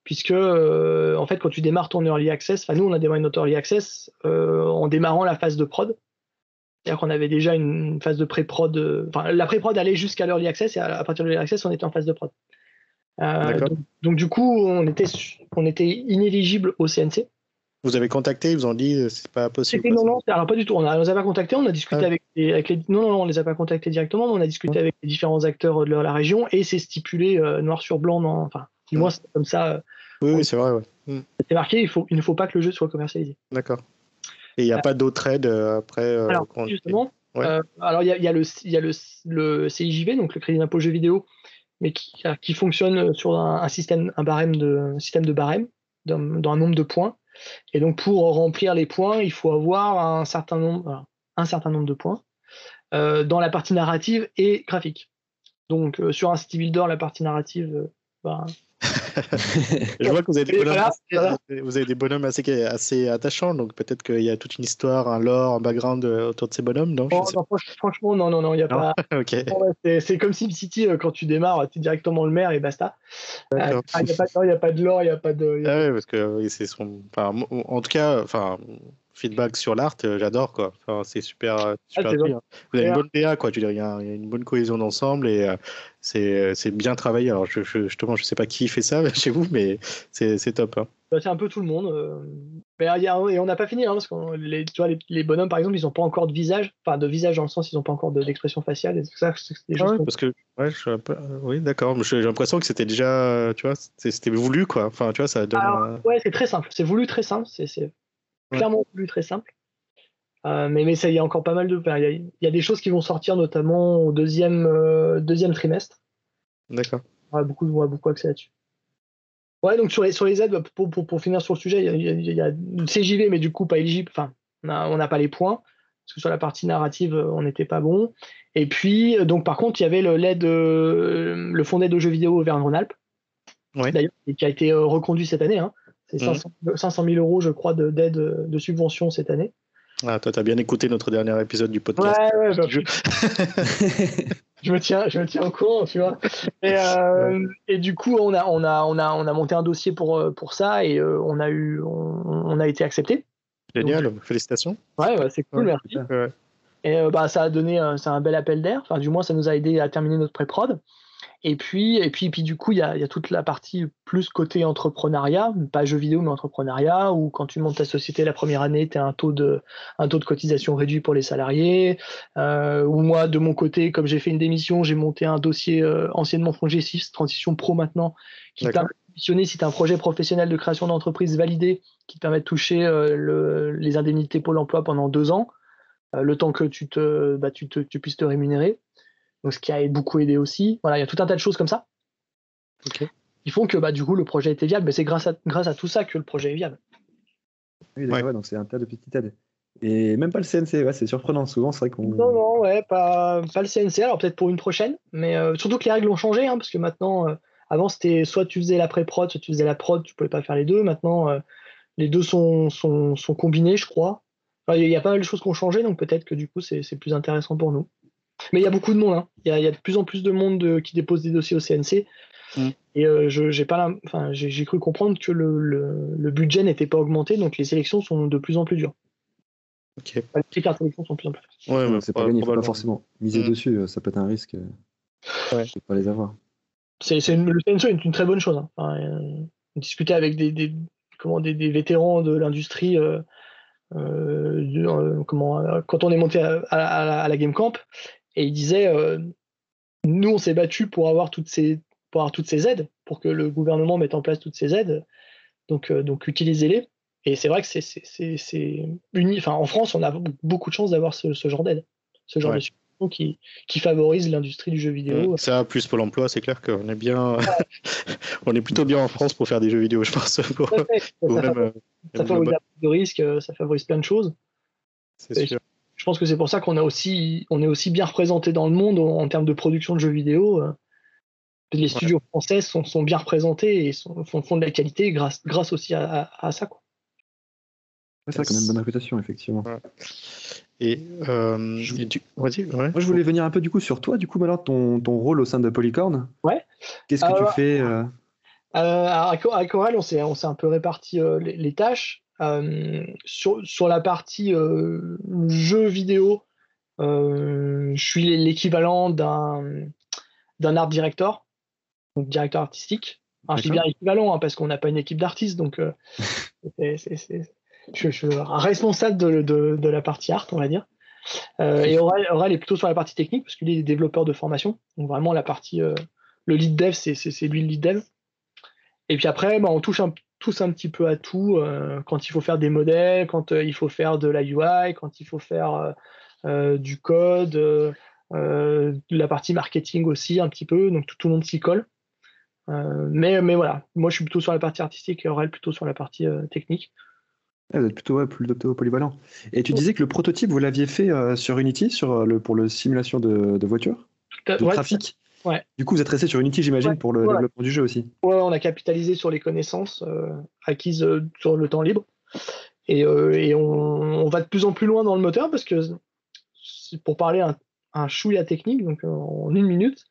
puisque euh, en fait, quand tu démarres ton early access, enfin nous on a démarré notre early access euh, en démarrant la phase de prod. C'est-à-dire qu'on avait déjà une phase de pré-prod. euh, Enfin, la pré-prod allait jusqu'à l'early access et à, à partir de l'early access, on était en phase de prod. Euh, D'accord. donc, donc, du coup, on était, on était inéligible au C N C. Vous avez contacté, ils vous ont dit euh, c'est pas possible. C'était quoi, non, ça. non, alors pas du tout. On ne les a pas contactés, on a discuté Ah. avec, les, avec les. Non, non, non, on les a pas contactés directement, mais on a discuté avec les différents acteurs de la région et c'est stipulé euh, noir sur blanc. Dans, enfin, du moins, c'est comme ça. euh, Oui, on- oui, c'est vrai, ouais. Hmm. C'est marqué, il, faut, il ne faut pas que le jeu soit commercialisé. D'accord. Et il n'y a Euh, pas d'autres aides euh, après euh, Alors, qu'on- justement, Ouais. euh, alors il y a, il y a le, il y a le, le C I J V, donc le crédit d'impôt jeux vidéo, mais qui, qui fonctionne sur un, un système, un barème de, un système de barème, dans, dans un nombre de points. Et donc, pour remplir les points, il faut avoir un certain nombre, un certain nombre de points euh, dans la partie narrative et graphique. Donc, euh, sur un city builder, la partie narrative, euh, bah, Je vois que vous avez des Et bonhommes, voilà, assez, voilà. vous avez des bonhommes assez, assez attachants, donc peut-être qu'il y a toute une histoire, un lore, un background euh, autour de ces bonhommes, non, je Oh, sais non, franch- franchement, non, non, non, il n'y a pas. pas. Non. Ok, Ouais, c'est, c'est comme SimCity, euh, quand tu démarres, tu es directement le maire et basta. Il d'accord. n'y a pas de non, il y a pas de lore, il n'y a pas de. y a Ah pas de- ouais, parce que oui, c'est son. Enfin, mo- en tout cas, enfin, feedback sur l'art, euh, j'adore quoi. Enfin, c'est super, euh, Ah, super c'est truc, vrai. hein. Vous avez Et, une euh, bonne P A quoi. Tu dis, il y, a il y a une bonne cohésion d'ensemble et euh, c'est, c'est bien travaillé. Alors, je, je, justement, je sais pas qui fait ça chez vous, mais c'est, c'est top, hein. bah, c'est un peu tout le monde. euh. Mais il y a- et on n'a pas fini, hein, parce que les, tu vois, les, les bonhommes, par exemple, ils n'ont pas encore de visage. Enfin, de visage dans le sens, ils n'ont pas encore de- d'expression faciale. Et tout ça, c'est des Ah choses ouais, qu'on- parce que ouais, je suis un peu, euh, oui, d'accord. Mais j'ai j'ai l'impression que c'était déjà, euh, tu vois, c'était c'était voulu quoi. Enfin, tu vois, ça donne. Alors, un- ouais, c'est très simple. C'est voulu très simple. C'est c'est Ouais. clairement voulu très simple. Euh, mais, mais ça, il y a encore pas mal de. enfin, Il y, a, il y a des choses qui vont sortir, notamment au deuxième, euh, deuxième trimestre. D'accord. On a beaucoup, on a beaucoup accès là-dessus. Ouais, donc sur les, sur les aides, bah, pour, pour, pour finir sur le sujet, il y a, il y a- il y a le C J V, mais du coup pas éligible. Enfin, on n'a on n'a pas les points, parce que sur la partie narrative, euh, on n'était pas bon. Et puis, euh, donc par contre, il y avait le, l'aide, euh, le fonds d'aide aux jeux vidéo Auvergne-Rhône-Alpes, Ouais. d'ailleurs, et qui a été euh, reconduit cette année. Hein. C'est Mhm. cinq cent mille euros, je crois, de, d'aide euh, de subvention cette année. Ah, toi, t'as bien écouté notre dernier épisode du Ouais, podcast. ouais, bah, Je- je me tiens, je me tiens au courant, tu vois. Et, euh, et du coup, on a, on a, on a, on a monté un dossier pour, euh, pour ça et euh, on a eu, on, on a été accepté. Génial, félicitations. Ouais, ouais, c'est cool, Ouais, merci. super. Ouais. Et euh, bah, ça a donné euh, c'est un bel appel d'air. Enfin, du moins, ça nous a aidé à terminer notre pré-prod. Et puis, et puis, puis du coup, il y a, il y a toute la partie plus côté entrepreneuriat, pas jeux vidéo, mais entrepreneuriat, où quand tu montes ta société la première année, tu as un taux de, un taux de cotisation réduit pour les salariés. Euh, ou moi, de mon côté, comme j'ai fait une démission, j'ai monté un dossier euh, anciennement F O N G six, transition pro maintenant, qui te D'accord. permet de démissionner si tu as un projet professionnel de création d'entreprise validé, qui te permet de toucher euh, le, les indemnités Pôle emploi pendant deux ans, euh, le temps que tu, te, bah, tu, te, tu puisses te rémunérer. Donc, ce qui a beaucoup aidé aussi. Voilà, il y a tout un tas de choses comme ça Ok. qui font que bah, du coup le projet était viable. Mais c'est grâce à, grâce à tout ça que le projet est viable. Oui, d'accord, Ouais. ouais, donc c'est un tas de petites aides. Et même pas le C N C, ouais, c'est surprenant. Souvent, c'est vrai qu'on. Non, non, ouais, pas, pas le C N C, alors peut-être pour une prochaine, mais euh, surtout que les règles ont changé, hein, parce que maintenant, euh, avant c'était soit tu faisais la pré-prod, soit tu faisais la prod, tu pouvais pas faire les deux. Maintenant, euh, les deux sont, sont, sont combinés, je crois. Enfin, il y a pas mal de choses qui ont changé, donc peut-être que du coup c'est c'est plus intéressant pour nous. Mais il y a beaucoup de monde, hein. Il y a, il y a de plus en plus de monde de- qui dépose des dossiers au C N C. Mm. Et euh, je, j'ai, pas la, enfin, j'ai, j'ai cru comprendre que le, le, le budget n'était pas augmenté, donc les sélections sont de plus en plus dures. Ok. Enfin, les critères de sélection sont de plus en plus durs. Ouais, Ouais, mais c'est pas pro- gagné, il faut pas probablement. forcément miser Mm. dessus. euh, Ça peut être un risque euh, Ouais. de pas les avoir. C'est, c'est une, le C N C est une très bonne chose. Hein. Enfin, euh, discuter avec des, des, comment, des, des vétérans de l'industrie, euh, euh, de- euh, comment, euh, quand on est monté à, à, à la, à la Game Camp, et ils disaient, euh, nous on s'est battu pour avoir toutes ces, pour avoir toutes ces aides, pour que le gouvernement mette en place toutes ces aides. Donc, euh, donc utilisez-les. Et c'est vrai que c'est, c'est, c'est, c'est uni... enfin, en France, on a beaucoup de chance d'avoir ce, ce genre d'aide, ce genre Ouais. de subvention qui, qui favorise l'industrie du jeu vidéo. Mm. Ça, plus Pôle emploi, c'est clair qu'on est bien. On est plutôt bien en France pour faire des jeux vidéo, je pense. Pour... Ça, fait, ou ça, même, favorise, euh, ça même favorise global, la prise de risque, euh, ça favorise plein de choses. c'est Et sûr. je pense que c'est pour ça qu'on a aussi, on est aussi bien représenté dans le monde en, en termes de production de jeux vidéo. euh. Les studios Ouais. français sont, sont bien représentés et sont, font, font de la qualité grâce, grâce aussi à, à, à ça, quoi. Ouais, c'est vrai qu'on a une bonne réputation, effectivement. Ouais. Et, euh, Je- et du... vas-y, ouais. Moi, je voulais venir un peu du coup sur toi, du coup, maintenant, ton, ton rôle au sein de Polycorn. Ouais. Qu'est-ce que Euh, tu fais euh, Euh, alors, avec avec Aurel, on s'est, on s'est un peu réparti euh, les, les tâches. Euh, sur, sur la partie euh, jeu vidéo, euh, je suis l'équivalent d'un, d'un art director, donc directeur artistique. Alors, je dis bien D'accord. équivalent hein, parce qu'on n'a pas une équipe d'artistes, donc euh, c'est, c'est- c'est- je, je suis un responsable de, de, de la partie art, on va dire. Euh, et Aurel, Aurel est plutôt sur la partie technique parce qu'il est développeur de formation, donc vraiment la partie, euh, le lead dev, c'est, c'est, c'est lui le lead dev. Et puis après, bah, on touche un, tous un petit peu à tout euh, quand il faut faire des modèles, quand euh, il faut faire de la U I, quand il faut faire euh, euh, du code, euh, euh, de la partie marketing aussi un petit peu, donc tout, tout le monde s'y colle. Euh, mais, mais voilà, moi je suis plutôt sur la partie artistique et Aurel plutôt sur la partie euh, technique. Ah, vous êtes plutôt, ouais, plutôt polyvalent. Et tu disais que le prototype, vous l'aviez fait euh, sur Unity, sur, euh, le, pour le simulation de, de voiture, Tout à- de ouais, trafic. ouais, Du coup, vous êtes resté sur Unity, ouais, j'imagine, pour le ouais, ouais. développement du jeu aussi. Ouais, on a capitalisé sur les connaissances euh, acquises euh, sur le temps libre. Et, euh, et on, on va de plus en plus loin dans le moteur parce que, c'est- pour parler un, un chouïa technique, donc euh, en une minute,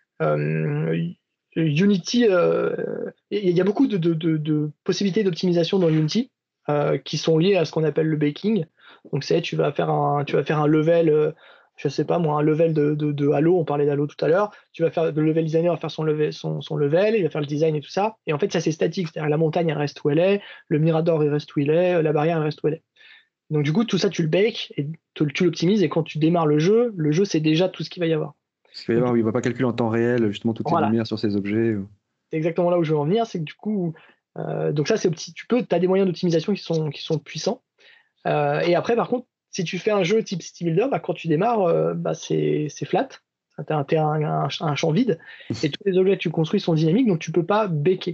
euh, Unity, euh, il y a beaucoup de, de- de- de possibilités d'optimisation dans Unity euh, qui sont liées à ce qu'on appelle le baking. Donc c'est tu vas faire un, tu vas faire un level, euh, je sais pas moi, un level de, de, de Halo, on parlait d'Halo tout à l'heure. Tu vas faire le level designer va faire son level, son, son level, il va faire le design et tout ça. Et en fait ça c'est statique, c'est-à-dire la montagne elle reste où elle est, le mirador il reste où il est, la barrière elle reste où elle est. Donc du coup tout ça tu le bakes et tu, tu l'optimises et quand tu démarres le jeu, le jeu c'est déjà tout ce qu'il va y avoir. Parce qu'il va y Donc avoir, il ne va pas calculer en temps réel, justement, toutes les voilà, lumières sur ces objets. ou- c'est exactement là où je veux en venir, c'est que du coup, euh, donc ça c'est petit, tu peux, as des moyens d'optimisation qui sont, qui sont puissants. Euh, et après, par contre, si tu fais un jeu type City Builder, bah, quand tu démarres, euh, bah, c'est c'est flat, tu as un, terrain, un, un champ vide, et tous les objets que tu construis sont dynamiques, donc tu peux pas baker.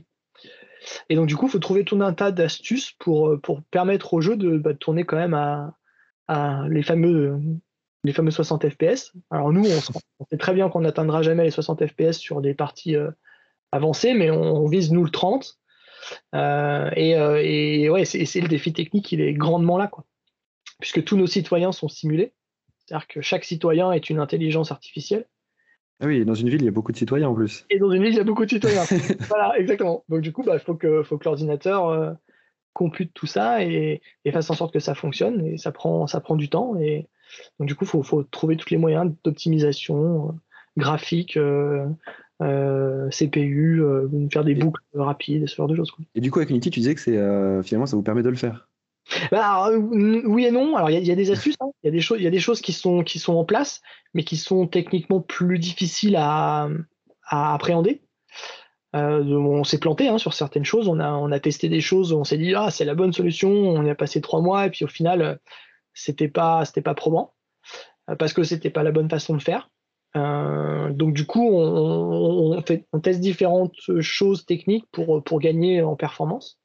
Et donc du coup, il faut trouver tout un tas d'astuces pour, euh, pour permettre au jeu de, bah, de tourner quand même à, à les fameux les fameux soixante F P S. Alors nous, on, se- on sait très bien qu'on n'atteindra jamais les soixante F P S sur des parties euh, avancées, mais on, on vise nous le trente. Euh, et, euh, et ouais, c'est c'est le défi technique, il est grandement là, quoi. Puisque tous nos citoyens sont simulés. C'est-à-dire que chaque citoyen est une intelligence artificielle. Ah oui, dans une ville, il y a beaucoup de citoyens en plus. Et dans une ville, il y a beaucoup de citoyens. Voilà, exactement. Donc du coup, il bah, faut que, faut que l'ordinateur euh, compute tout ça et, et fasse en sorte que ça fonctionne. Et ça prend, ça prend du temps. Et donc du coup, il faut, faut trouver tous les moyens d'optimisation euh, graphique, euh, euh, C P U, euh, faire des Et, boucles rapides, ce genre de choses, quoi. et du coup, avec Unity, tu disais que c'est, euh, finalement, ça vous permet de le faire. Bah, alors, euh, oui et non. Alors, il y, a- il y a des astuces, hein. Il y a des choses, il y a des choses qui sont, qui sont en place, mais qui sont techniquement plus difficiles à, à appréhender. Euh, on s'est planté hein, sur certaines choses. On a, on a testé des choses. On s'est dit, ah, c'est la bonne solution. On y a passé trois mois et puis au final, euh, c'était pas, c'était pas probant euh, parce que c'était pas la bonne façon de faire. Euh, donc du coup, on, on, on fait, on teste différentes choses techniques pour, pour gagner en performance.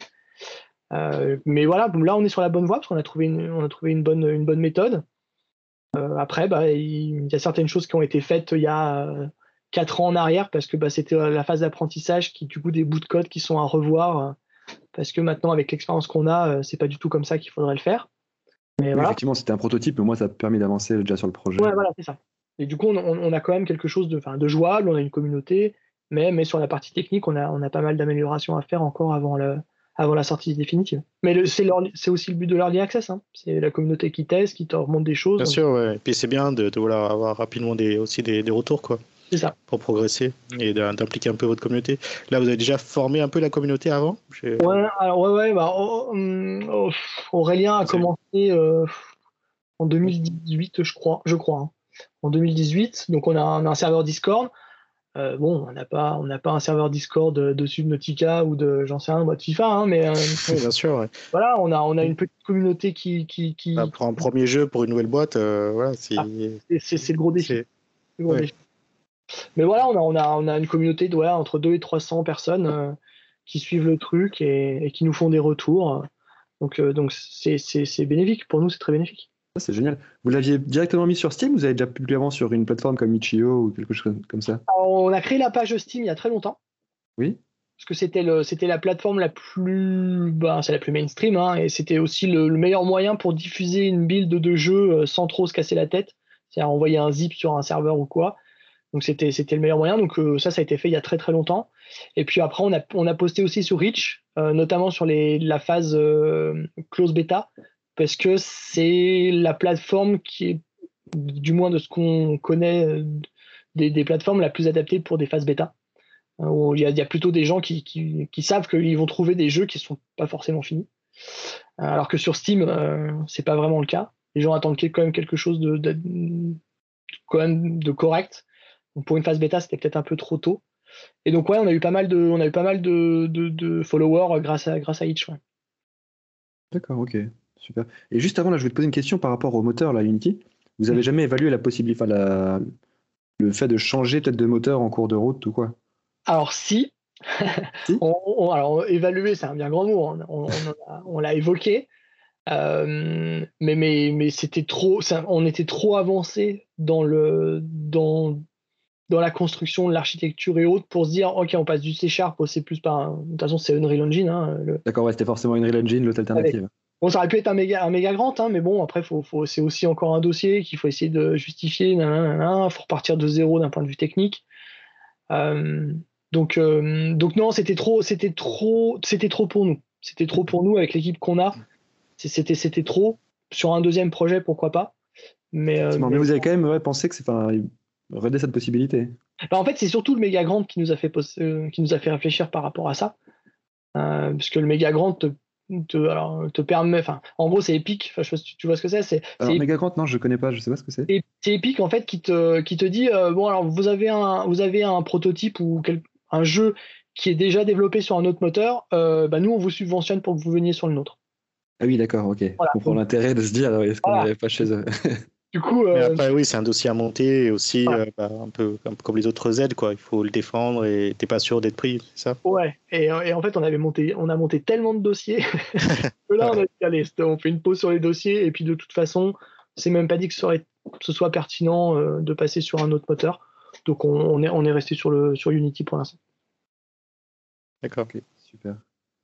Euh, mais voilà, bon, là on est sur la bonne voie parce qu'on a trouvé une, on a trouvé une bonne, une bonne méthode. Euh, après, bah, il y a certaines choses qui ont été faites il y a euh, quatre ans en arrière parce que bah, c'était la phase d'apprentissage qui, du coup, des bouts de code qui sont à revoir euh, parce que maintenant, avec l'expérience qu'on a, euh, c'est pas du tout comme ça qu'il faudrait le faire. Mais Oui, voilà, effectivement, c'était un prototype, mais moi, ça a permis d'avancer déjà sur le projet. ouais, voilà, c'est ça. Et du coup, on, on a quand même quelque chose de, enfin, de jouable, on a une communauté, mais, mais sur la partie technique, on a, on a pas mal d'améliorations à faire encore avant le, avant la sortie définitive. Mais le- c'est l'early- c'est aussi le but de l'early access, hein. C'est la communauté qui teste, qui te remonte des choses. Bien Donc, sûr, ouais. Et puis c'est bien de, de voilà, avoir rapidement des, aussi des, des retours, quoi, c'est ça. pour progresser et d'im- d'impliquer un peu votre communauté. Là, vous avez déjà formé un peu la communauté avant? J'ai- Ouais, alors, ouais, ouais, bah, oh, hum, oh, pff, Aurélien a vous avez- commencé euh, en deux mille dix-huit, je crois, je crois, hein. En deux mille dix-huit, donc on a, un- on a un serveur Discord. Euh, bon, on n'a pas, on n'a pas un serveur Discord euh, dessus de Nautica ou de, j'en sais rien, moi, de FIFA, hein, mais euh, Oui, bien sûr, ouais. voilà, on a, on a une petite communauté qui, qui, Bah, qui, pour un premier jeu, pour une nouvelle boîte, euh, voilà, c'est, ah, c'est c'est- c'est le gros défi. c'est, Le gros ouais. défi. Mais voilà, on a, on a, on a une communauté de ouais, entre deux et trois cents personnes euh, qui suivent le truc et, et qui nous font des retours. Donc, euh, donc c'est, c'est, c'est bénéfique. Pour nous, c'est très bénéfique. Ça, c'est génial. Vous l'aviez directement mis sur Steam ou vous avez déjà publié avant sur une plateforme comme itch point io ou quelque chose comme ça? Alors, on a créé la page Steam il y a très longtemps, Oui? parce que c'était, le, c'était la plateforme la plus, bah, c'est la plus mainstream, hein, et c'était aussi le, le meilleur moyen pour diffuser une build de jeu euh, sans trop se casser la tête. C'est-à-dire envoyer un zip sur un serveur ou quoi. Donc c'était c'était le meilleur moyen. Donc euh, ça, ça a été fait il y a très très longtemps. Et puis après, on a on a posté aussi sur Reach, euh, notamment sur les la phase euh, close bêta, parce que c'est la plateforme qui est, du moins de ce qu'on connaît euh, des, des plateformes, la plus adaptée pour des phases bêta. Euh, où il y a, il y a plutôt des gens qui, qui qui savent qu'ils vont trouver des jeux qui sont pas forcément finis. Euh, alors que sur Steam, euh, c'est pas vraiment le cas. Les gens attendent quand même quelque chose de, de, quand même de correct. Donc pour une phase bêta, c'était peut-être un peu trop tôt. Et donc ouais, on a eu pas mal de, on a eu pas mal de, de, de followers grâce à grâce à Itch. Ouais. D'accord, ok, super. Et juste avant, là, je vais te poser une question par rapport au moteur, la Unity. Vous avez jamais évalué la possibilité, enfin, la... le fait de changer peut-être de moteur en cours de route ou quoi? Alors si, Si. on, on- alors évaluer, c'est un bien grand mot. Hein. On, on, a- on l'a évoqué, euh, mais mais mais c'était trop, ça- on était trop avancé dans le dans dans la construction, de l'architecture et autres pour se dire ok, on passe du C Sharp au C plus plus par. De toute façon, c'est Unreal Engine. Hein, le, D'accord, ouais, c'était forcément Unreal Engine, l'autre avec. alternative. Bon, ça aurait pu être un méga, un méga grand, hein, mais bon, après, faut, faut, c'est aussi encore un dossier qu'il faut essayer de justifier. Il faut repartir de zéro d'un point de vue technique. Euh, donc, euh, donc non, c'était trop, c'était trop, c'était trop pour nous. C'était trop pour nous avec l'équipe qu'on a. C'était, c'était trop. Sur un deuxième projet, pourquoi pas. Mais, euh, Mais mais- vous avez quand même ouais, pensé que c'est, enfin, regarder cette possibilité. Bah, en fait, c'est surtout le méga grand qui nous a fait, pos- euh, qui nous a fait réfléchir par rapport à ça. Euh, parce que le méga grand te, te, alors, te permet, enfin, en gros, c'est Epic. Enfin, je sais pas si tu vois ce que c'est. C'est, Alors, c'est Megagrant, non, je connais pas, je sais pas ce que c'est. Et c'est Epic en fait qui te, qui te dit euh, bon alors vous avez un vous avez un prototype ou quel, un jeu qui est déjà développé sur un autre moteur, euh, bah nous on vous subventionne pour que vous veniez sur le nôtre. Ah oui, d'accord, ok. Voilà. Je comprends l'intérêt de se dire, est-ce qu'on Voilà. n'arrive pas chez eux? Du coup, Mais euh, après, oui, c'est un dossier à monter et aussi voilà. euh, bah, un, peu, un peu comme les autres aides, quoi. Il faut le défendre et t'es pas sûr d'être pris, c'est ça? Ouais. Et, et en fait on avait monté on a monté tellement de dossiers que là on a dit allez on fait une pause sur les dossiers et puis de toute façon c'est même pas dit que ce, serait, que ce soit pertinent euh, de passer sur un autre moteur. Donc on, on est on est resté sur le sur Unity pour l'instant. D'accord. Ok, super.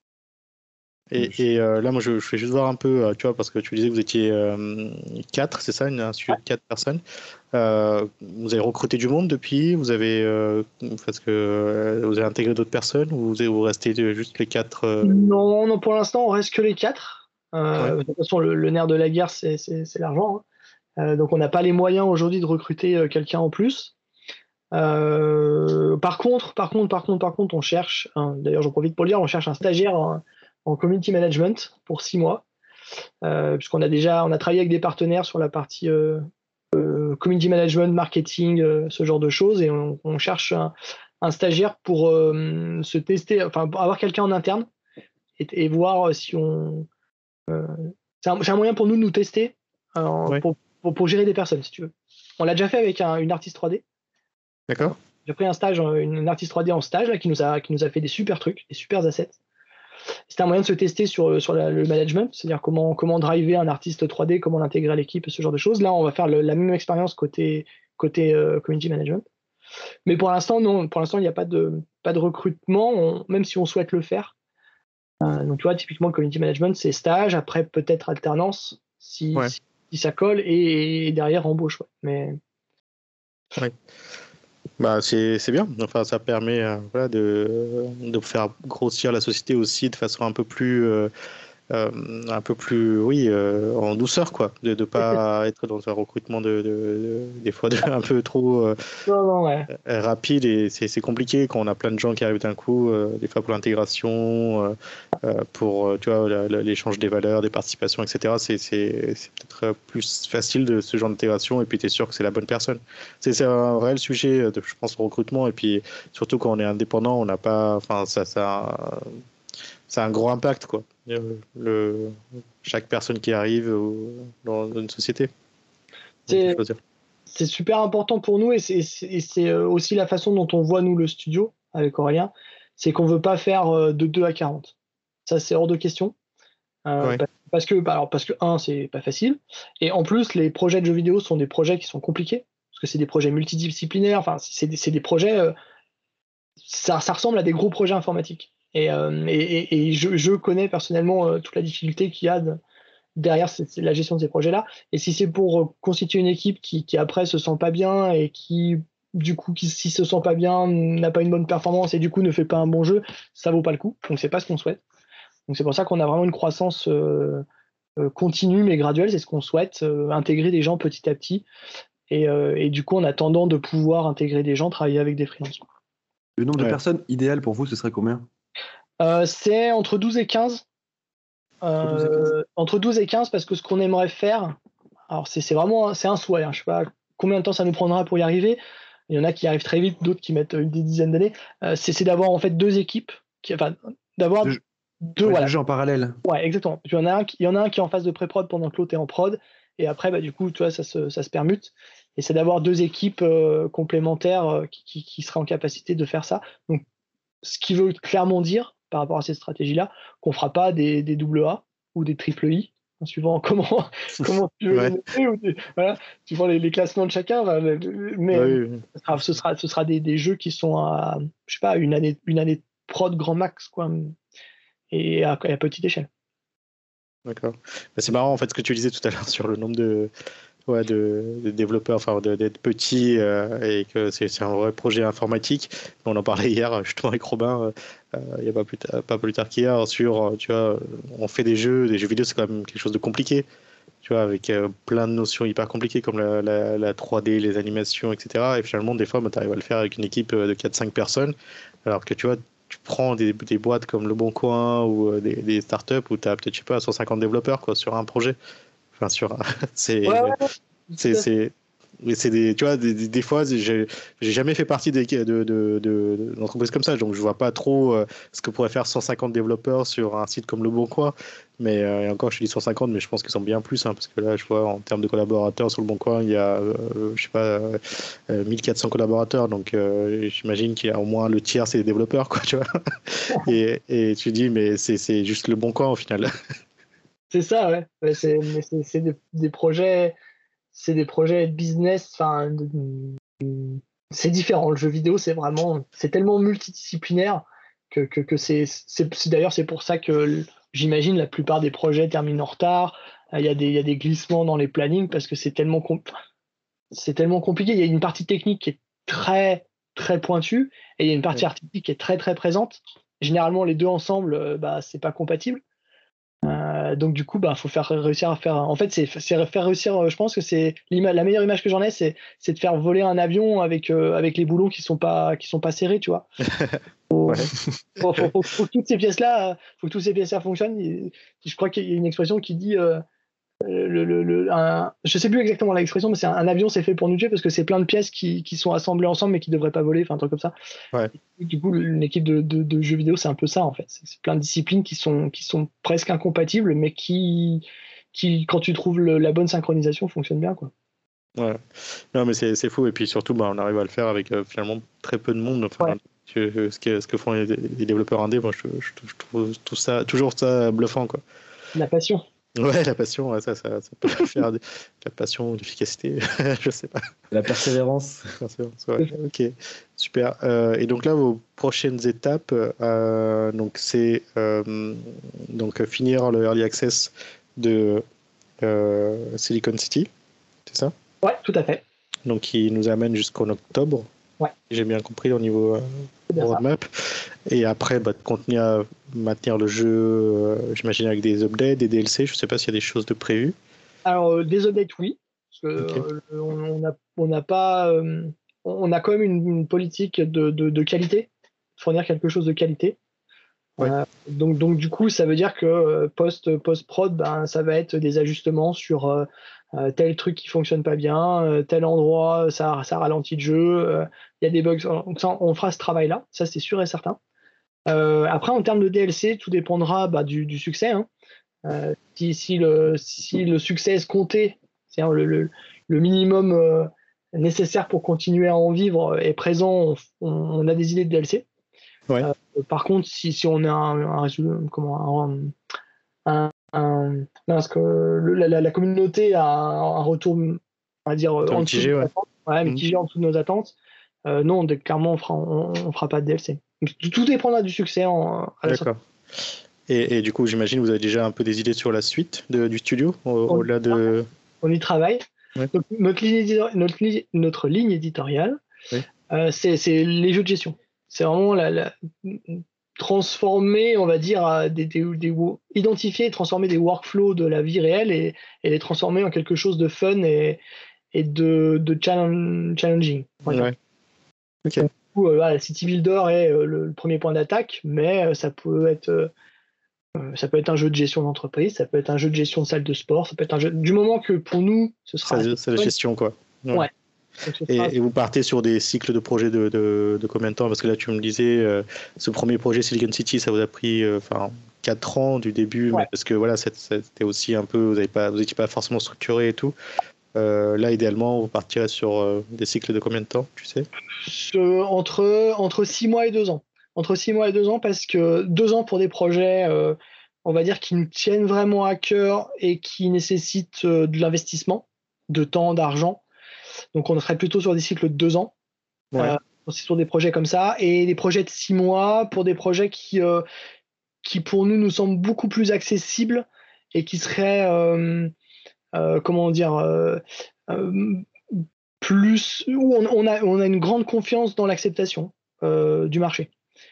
Et, et euh, là, moi, je, je fais juste voir un peu, euh, tu vois, parce que tu disais que vous étiez euh, quatre, c'est ça, une- un studio de quatre personnes. Euh, vous avez recruté du monde depuis, vous avez, euh, parce que euh, vous avez intégré d'autres personnes ou vous, vous restez juste les quatre euh... Non, non, pour l'instant, on reste que les quatre. Euh, Ouais. de toute façon, le, le nerf de la guerre, c'est, c'est, c'est l'argent. Hein. Euh, donc, on n'a pas les moyens aujourd'hui de recruter euh, quelqu'un en plus. Euh, par contre, par contre, par contre, par contre, on cherche, hein, d'ailleurs, j'en profite pour le dire, on cherche un stagiaire en, en community management pour six mois, euh, puisqu'on a déjà, on a travaillé avec des partenaires sur la partie euh, euh, community management, marketing, euh, ce genre de choses, et on, on cherche un, un stagiaire pour euh, se tester, enfin, pour avoir quelqu'un en interne et, et voir si on. Euh, c'est, un, c'est un moyen pour nous de nous tester euh, Ouais. pour, pour, pour gérer des personnes, si tu veux. On l'a déjà fait avec un, une artiste trois D. D'accord. J'ai pris un stage, une, une artiste trois D en stage là, qui, nous a, qui nous a fait des super trucs, des super assets. C'était un moyen de se tester sur, sur la, le management, c'est-à-dire comment, comment driver un artiste trois D, comment l'intégrer à l'équipe, ce genre de choses. Là, on va faire le, la même expérience côté, côté euh, community management. Mais pour l'instant, non. Pour l'instant, il n'y a pas de, pas de recrutement, on, même si on souhaite le faire. Euh, donc, tu vois, typiquement, le community management, c'est stage, après peut-être alternance, si, Ouais. si, si ça colle, et, et derrière embauche. Ouais. Mais... Ouais. Bah, c'est, c'est bien. Enfin, ça permet euh, voilà, de, de faire grossir la société aussi de façon un peu plus, euh, euh, un peu plus, oui, euh, en douceur, quoi. De ne pas être dans un recrutement de, de, de- des fois de- un peu trop euh, Non, non, ouais. rapide et c'est, c'est compliqué quand on a plein de gens qui arrivent d'un coup, euh, des fois pour l'intégration, euh, euh, pour euh, tu vois, la- la- l'échange des valeurs, des participations, et cetera. C'est, c'est, c'est peut-être plus facile de ce genre d'intégration et puis tu es sûr que c'est la bonne personne. C'est, c'est un réel sujet, de, je pense, au recrutement et puis surtout quand on est indépendant, on n'a pas, enfin, ça, ça, ça a un gros impact, quoi. Euh, Le, chaque personne qui arrive au- dans une société. C'est, choisir. c'est super important pour nous et c'est, c'est, et c'est aussi la façon dont on voit, nous, le studio avec Aurélien, c'est qu'on ne veut pas faire de deux à quarante. Ça, c'est hors de question. Euh, Ouais. Parce que, bah, alors, parce que, un, c'est pas facile. Et en plus, les projets de jeux vidéo sont des projets qui sont compliqués. Parce que c'est des projets multidisciplinaires. Enfin, c'est des, c'est des projets. Euh, ça, ça ressemble à des gros projets informatiques. Et, euh, et, et, et je, je connais personnellement euh, toute la difficulté qu'il y a de, derrière c'est, c'est la gestion de ces projets-là. Et si c'est pour euh, constituer une équipe qui, qui après se sent pas bien et qui du coup, qui s'il se sent pas bien, n'a pas une bonne performance et du coup ne fait pas un bon jeu, ça vaut pas le coup. Donc c'est pas ce qu'on souhaite. Donc c'est pour ça qu'on a vraiment une croissance euh, euh, continue mais graduelle. C'est ce qu'on souhaite, euh, intégrer des gens petit à petit. Et, euh, et du coup, en attendant de pouvoir intégrer des gens, travailler avec des freelances. Le nombre de Ouais. personnes idéal pour vous, ce serait combien? Euh, c'est entre douze et quinze. Entre douze et quinze. Euh, entre douze et quinze, parce que ce qu'on aimerait faire, alors c'est c'est vraiment c'est un souhait, hein, je sais pas combien de temps ça nous prendra pour y arriver. Il y en a qui arrivent très vite, d'autres qui mettent une des dizaines d'années. Euh, c'est c'est d'avoir en fait deux équipes, qui, enfin d'avoir Deux, deux, ouais, voilà. deux jeux en parallèle. Ouais, exactement. Il y en a un qui, il y en a un qui est en phase de pré-prod pendant que l'autre est en prod, et après, bah, du coup, tu vois, ça se, ça se permute. Et c'est d'avoir deux équipes euh, complémentaires euh, qui, qui, qui seraient en capacité de faire ça. Donc, ce qui veut clairement dire, par rapport à cette stratégie-là, qu'on fera pas des, des double A ou des triple I, en suivant comment, comment tu veux Ouais. les noter, ou des- voilà, suivant les, les classements de chacun. Enfin, le- le- mais Ouais, oui, oui. ce sera, ce sera, ce sera des, des jeux qui sont à, je sais pas, une année, une année de prod grand max, quoi, et à, à petite échelle. D'accord. Bah, c'est marrant en fait ce que tu disais tout à l'heure sur le nombre de, ouais, de, de développeurs, enfin de- d'être petits euh, et que c'est c'est un vrai projet informatique. On en parlait hier justement avec Robin, euh, il n'y a pas plus, tard, pas plus tard qu'hier sur, euh, tu vois, on fait des jeux, des jeux vidéo, c'est quand même quelque chose de compliqué, tu vois, avec euh, plein de notions hyper compliquées comme la, la, la trois D, les animations, et cetera. Et finalement, des fois, bah, tu arrives à le faire avec une équipe euh, de quatre cinq personnes, alors que tu vois, tu prends des, des boîtes comme Le Bon Coin ou euh, des, des startups où tu as peut-être, je sais pas, cent cinquante développeurs quoi, sur un projet. Enfin, sur un- c'est, Ouais, ouais, ouais, c'est, tout à fait. c'est, mais c'est des, tu vois, des, des- des fois, j'ai j'ai jamais fait partie des- de, de, de, de- d'entreprises comme ça, donc je vois pas trop euh, ce que pourraient faire cent cinquante développeurs sur un site comme Le Bon Coin. Mais euh, et encore, je dis cent cinquante, mais je pense qu'ils sont bien plus, hein, parce que là, je vois en termes de collaborateurs sur Le Bon Coin, il y a, euh, je sais pas, euh, euh, mille quatre cents collaborateurs, donc euh, j'imagine qu'il y a au moins le tiers, c'est des développeurs, quoi, tu vois. Et, et tu dis, mais c'est c'est juste Le Bon Coin au final. C'est ça, ouais. Ouais, c'est, mais c'est, c'est des, des projets, c'est des projets business. Enfin, de- c'est différent. Le jeu vidéo, c'est vraiment, c'est tellement multidisciplinaire que, que, que c'est, c'est, c'est- d'ailleurs, c'est pour ça que l- j'imagine la plupart des projets terminent en retard. Euh, Il y a des, il y a des glissements dans les plannings parce que c'est tellement, com- c'est tellement compliqué. Il y a une partie technique qui est très, très pointue et il y a une partie artistique qui est très, très présente. Généralement, les deux ensemble, euh, bah, c'est pas compatible. Euh, donc du coup, bah, faut faire réussir à faire. En fait, c'est c'est faire réussir. euh, Je pense que c'est l'ima- la meilleure image que j'en ai, c'est c'est de faire voler un avion avec euh, avec les boulons qui sont pas qui sont pas serrés, tu vois. Ouais. Faut, faut, faut, faut que toutes ces pièces-là, euh, faut que toutes ces pièces-là fonctionnent. Et je crois qu'il y a une expression qui dit, euh, le, le, le, un, je sais plus exactement l'expression, mais c'est un, un avion, c'est fait pour nous tuer parce que c'est plein de pièces qui, qui sont assemblées ensemble mais qui devraient pas voler, enfin un truc comme ça. Ouais. Et du coup, une équipe de, de, de jeux vidéo, c'est un peu ça en fait. C'est c'est plein de disciplines qui sont, qui sont presque incompatibles, mais qui, qui quand tu trouves le, la bonne synchronisation, fonctionnent bien, quoi. Ouais. Non, mais c'est c'est fou. Et puis surtout, bah, on arrive à le faire avec euh, finalement très peu de monde. Enfin, Ouais. que- ce, que, ce que font les, les développeurs indés, moi, je, je, je trouve tout ça, toujours ça bluffant, quoi. La passion. Ouais, la passion, ouais, ça, ça, ça peut faire de, la passion, l'efficacité, je sais pas. La persévérance. Persévérance, ouais. Ok, super. Euh, et donc là, vos prochaines étapes, euh, donc c'est euh, donc finir le early access de euh, Silicon City, c'est ça? Ouais, tout à fait. Donc qui nous amène jusqu'en octobre. Ouais. J'ai bien compris au niveau euh, C'est bien ça. roadmap. Et après, bah, de continuer à maintenir le jeu, euh, j'imagine avec des updates, des D L C. Je sais pas s'il y a des choses de prévues. Alors, euh, des updates, oui. Parce que, Ok. euh, on on a, on a pas, euh, on a quand même une, une politique de, de, de qualité, fournir quelque chose de qualité. Ouais. Euh, donc, donc, du coup, ça veut dire que euh, post, post-prod, ben, ça va être des ajustements sur euh, euh, tel truc qui fonctionne pas bien, euh, tel endroit, ça, ça ralentit le jeu, euh, il y a des bugs. Donc, ça, on fera ce travail-là, ça c'est sûr et certain. Euh, après, en termes de D L C, tout dépendra bah, du, du succès. Hein. Euh, si, si, le, si le succès est compté, c'est-à-dire le, le, le minimum euh, nécessaire pour continuer à en vivre est présent, on, on a des idées de D L C. Ouais. Euh, par contre, si, si on a un, un, un comment un, un, un non, parce que le, la, la communauté a un, un retour, on va dire T'as en dessous de mitigé, nos ouais. attentes, ouais, mitigé en dessous de nos attentes. Euh, non, de, clairement, on fera, on, on fera pas de D L C. Donc, tout dépendra du succès en, à la sortie. D'accord. Et, et du coup, j'imagine vous avez déjà un peu des idées sur la suite de, du studio, au- On, au-delà de. on y travaille. Ouais. Donc, notre, ligne éditor- notre, li- notre ligne éditoriale, Oui. Euh, c'est, c'est les jeux de gestion. C'est vraiment la, la transformer, on va dire, à des, des, des, identifier et transformer des workflows de la vie réelle et, et les transformer en quelque chose de fun et, et de, de challenge, challenging. Ouais. Ok. Donc, du coup, euh, voilà, City Builder est euh, le, le premier point d'attaque, mais euh, ça peut être euh, ça peut être un jeu de gestion d'entreprise, ça peut être un jeu de gestion de salle de sport, ça peut être un jeu du moment que pour nous ce sera. C'est, c'est la gestion quoi. Ouais. ouais. Donc, ce Et, sera... et vous partez sur des cycles de projet de, de, de combien de temps? Parce que là, tu me disais, euh, ce premier projet Silicon City, ça vous a pris enfin euh, quatre ans du début, ouais. mais parce que voilà, c'était aussi un peu, vous n'étiez pas, vous pas forcément structuré et tout. Euh, là, idéalement, vous partirez sur euh, des cycles de combien de temps, tu sais? Ce, entre, entre six mois et deux ans. Entre six mois et deux ans, parce que deux ans pour des projets, euh, on va dire, qui nous tiennent vraiment à cœur et qui nécessitent euh, de l'investissement, de temps, d'argent. Donc, on serait plutôt sur des cycles de deux ans. Ouais. Euh, c'est sur des projets comme ça. Et des projets de six mois pour des projets qui, euh, qui pour nous, nous semblent beaucoup plus accessibles et qui seraient, euh, euh, comment dire, euh, euh, plus, où on, on, a, on a une grande confiance dans l'acceptation euh, du marché.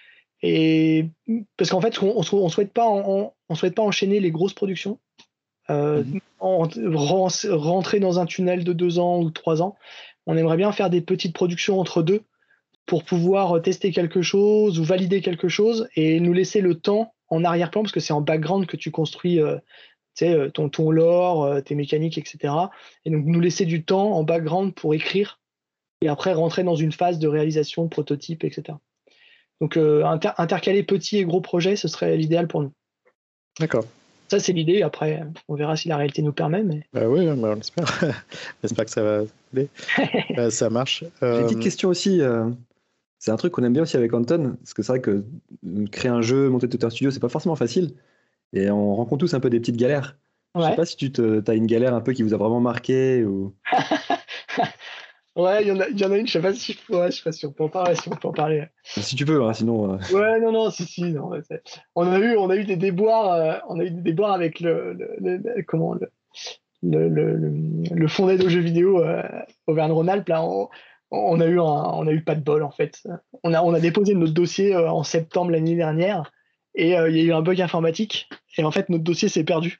Et parce qu'en fait, on ne souhaite pas, on, on souhaite pas enchaîner les grosses productions, euh, mm-hmm. en, rentrer dans un tunnel de deux ans ou trois ans. On aimerait bien faire des petites productions entre deux pour pouvoir tester quelque chose ou valider quelque chose et nous laisser le temps en arrière-plan, parce que c'est en background que tu construis euh, tu sais, ton, ton lore, tes mécaniques, et cetera. Et donc nous laisser du temps en background pour écrire et après rentrer dans une phase de réalisation, de prototype, et cetera. Donc euh, inter- intercaler petits et gros projets, ce serait l'idéal pour nous. D'accord. Ça, c'est l'idée. Après, on verra si la réalité nous permet. Mais... Bah oui, bah on espère. J'espère que ça va aller. euh, ça marche. Euh... J'ai une petite question aussi. Euh... C'est un truc qu'on aime bien aussi avec Anton, parce que c'est vrai que créer un jeu, monter tout un studio, c'est pas forcément facile. Et on rencontre tous un peu des petites galères. Ouais. Je sais pas si tu te, as une galère un peu qui vous a vraiment marqué ou... Ouais, il y en a, il y en a une, je sais pas si, ouais, je sais pas si on peut en parler, si on peut en parler. Si tu peux, hein, sinon. Euh... Ouais, non, non, si, si, non. On a eu, on a eu des déboires, euh, on a eu des déboires avec le, le, le, le comment le, le, le, le, le fonds d'aide aux jeux vidéo euh, Auvergne-Rhône-Alpes. Là, on, on a eu, un, on a eu pas de bol en fait. On a, on a déposé notre dossier euh, en septembre l'année dernière et euh, il y a eu un bug informatique et en fait notre dossier s'est perdu.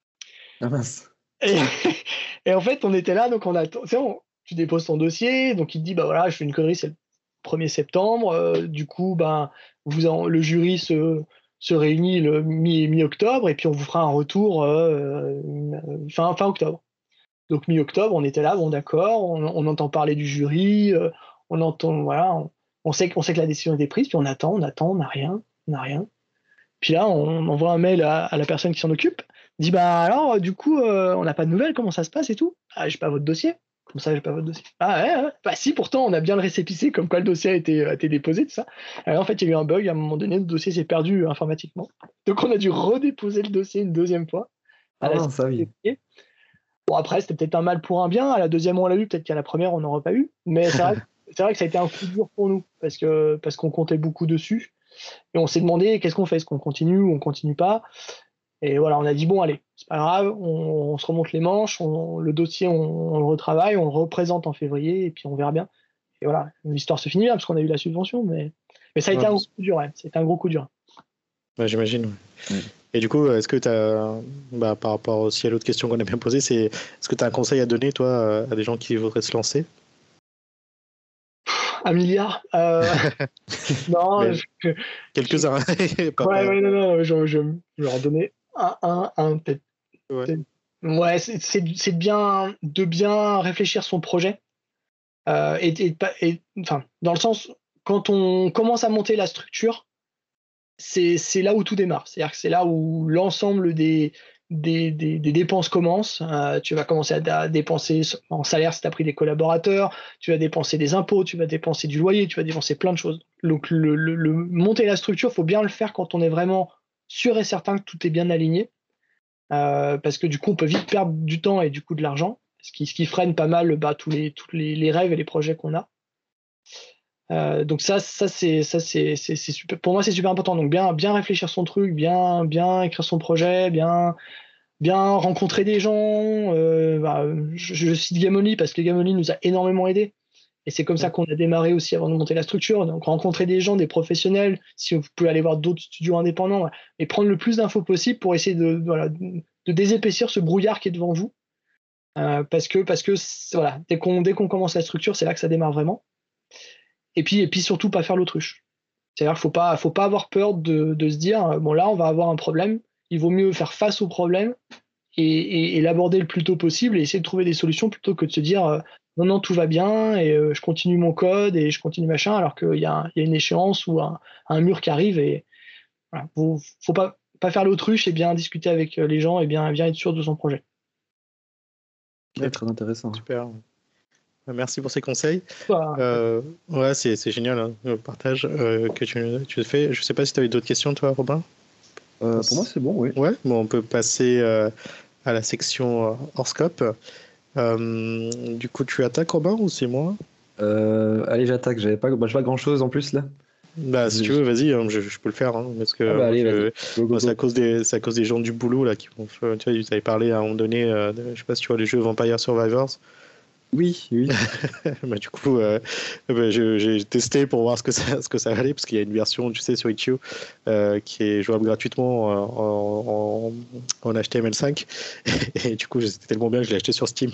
Ah mince. Et, et en fait, on était là, donc on a, c'est bon, tu déposes ton dossier, donc il te dit bah voilà, je fais une connerie, c'est le premier septembre, euh, du coup bah vous en, le jury se, se réunit le mi, mi-octobre et puis on vous fera un retour euh, fin, fin octobre. Donc mi-octobre, on était là, bon d'accord, on, on entend parler du jury, euh, on entend voilà, on, on sait qu'on sait que la décision a été prise, puis on attend, on attend, on n'a rien, on n'a rien. Puis là, on envoie un mail à, à la personne qui s'en occupe, dit bah alors du coup euh, on n'a pas de nouvelles, comment ça se passe et tout. Ah, j'ai pas votre dossier. Comme ça, j'ai pas votre dossier. Ah ouais, ouais. Bah si, pourtant on a bien le récépissé comme quoi le dossier a été, a été déposé, tout ça. Alors, en fait, il y a eu un bug, à un moment donné, le dossier s'est perdu informatiquement. Donc on a dû redéposer le dossier une deuxième fois. Ah non, ça oui. Bon après, c'était peut-être un mal pour un bien. À la deuxième, on l'a eu, peut-être qu'à la première, on n'aurait pas eu. Mais c'est vrai, c'est vrai que ça a été un coup dur pour nous parce que parce qu'on comptait beaucoup dessus. Et on s'est demandé qu'est-ce qu'on fait, est-ce qu'on continue ou on continue pas. Et voilà, on a dit bon allez, c'est pas grave, on, on se remonte les manches, on, le dossier on, on le retravaille, on le représente en février et puis on verra bien. Et voilà, l'histoire se finit bien parce qu'on a eu la subvention, mais, mais ça a ouais, été un gros coup dur, ouais. C'était un gros coup dur. Ouais, j'imagine. Ouais. Ouais. Et du coup, est-ce que tu as, bah, par rapport aussi à l'autre question qu'on a bien posée, c'est est-ce que tu as un conseil à donner toi à des gens qui voudraient se lancer? Un milliard euh... Non, je... quelques-uns. ouais, ouais, non, non, je, je, je vais en donner un, un, un peut-être. Ouais, ouais c'est, c'est, c'est bien, de bien réfléchir son projet. Euh, et, et, et, enfin, dans le sens, quand on commence à monter la structure, c'est, c'est là où tout démarre. C'est-à-dire que c'est là où l'ensemble des, des, des, des dépenses commencent. Euh, tu vas commencer à, à dépenser en salaire si tu as pris des collaborateurs, tu vas dépenser des impôts, tu vas dépenser du loyer, tu vas dépenser plein de choses. Donc, le, le, le monter la structure, il faut bien le faire quand on est vraiment sûr et certain que tout est bien aligné. Euh, parce que du coup, on peut vite perdre du temps et du coup de l'argent, ce qui, ce qui freine pas mal bah, tous, les, tous les, les rêves et les projets qu'on a. Euh, donc ça, ça c'est, ça c'est, c'est, c'est super. Pour moi, c'est super important. Donc bien, bien réfléchir son truc, bien, bien écrire son projet, bien, bien rencontrer des gens. Euh, bah, je, je cite Gamoli parce que Gamoli nous a énormément aidé. Et c'est comme ça qu'on a démarré aussi avant de monter la structure. Donc, rencontrer des gens, des professionnels, si vous pouvez aller voir d'autres studios indépendants, ouais, et prendre le plus d'infos possible pour essayer de, voilà, de désépaissir ce brouillard qui est devant vous. Euh, parce que, parce que voilà, dès qu'on, dès qu'on commence la structure, c'est là que ça démarre vraiment. Et puis, et puis surtout, pas faire l'autruche. C'est-à-dire qu'il ne faut pas, faut pas avoir peur de, de se dire, bon là, on va avoir un problème, il vaut mieux faire face au problème et, et, et l'aborder le plus tôt possible et essayer de trouver des solutions plutôt que de se dire, euh, non, non, tout va bien et euh, je continue mon code et je continue machin, alors qu'il y, y a une échéance ou un, un mur qui arrive. Et voilà, faut, faut pas, pas faire l'autruche et bien discuter avec les gens et bien, bien être sûr de son projet. Ouais, très intéressant. Super. Merci pour ces conseils. Bah, euh, ouais, c'est, c'est génial hein, le partage euh, que tu, tu fais. Je sais pas si tu avais d'autres questions, toi, Robin. Euh, pour moi, c'est bon, oui. Ouais, bon, on peut passer euh, à la section euh, hors scope. Euh, du coup, tu attaques, Robin, ou c'est moi? Euh, allez, j'attaque. J'avais pas, bah, j'ai pas grand chose en plus là. Bah, si tu veux, vas-y, hein, je, je peux le faire. Hein, parce que Ah bah, allez, je- vas-y. Go, go, moi, c'est go. à cause des, c'est à cause des gens du boulot là qui vont. Tu vois, ils avaient parlé à un moment donné. Euh, de- je sais pas si tu vois les jeux Vampire Survivors. Oui, oui. Bah, du coup, euh, bah, je- j'ai testé pour voir ce que ça, ce que ça valait, parce qu'il y a une version, tu sais, sur itch point io euh, qui est jouable gratuitement euh, en, en, en H T M L cinq. Et, du coup, c'était tellement bien que je l'ai acheté sur Steam.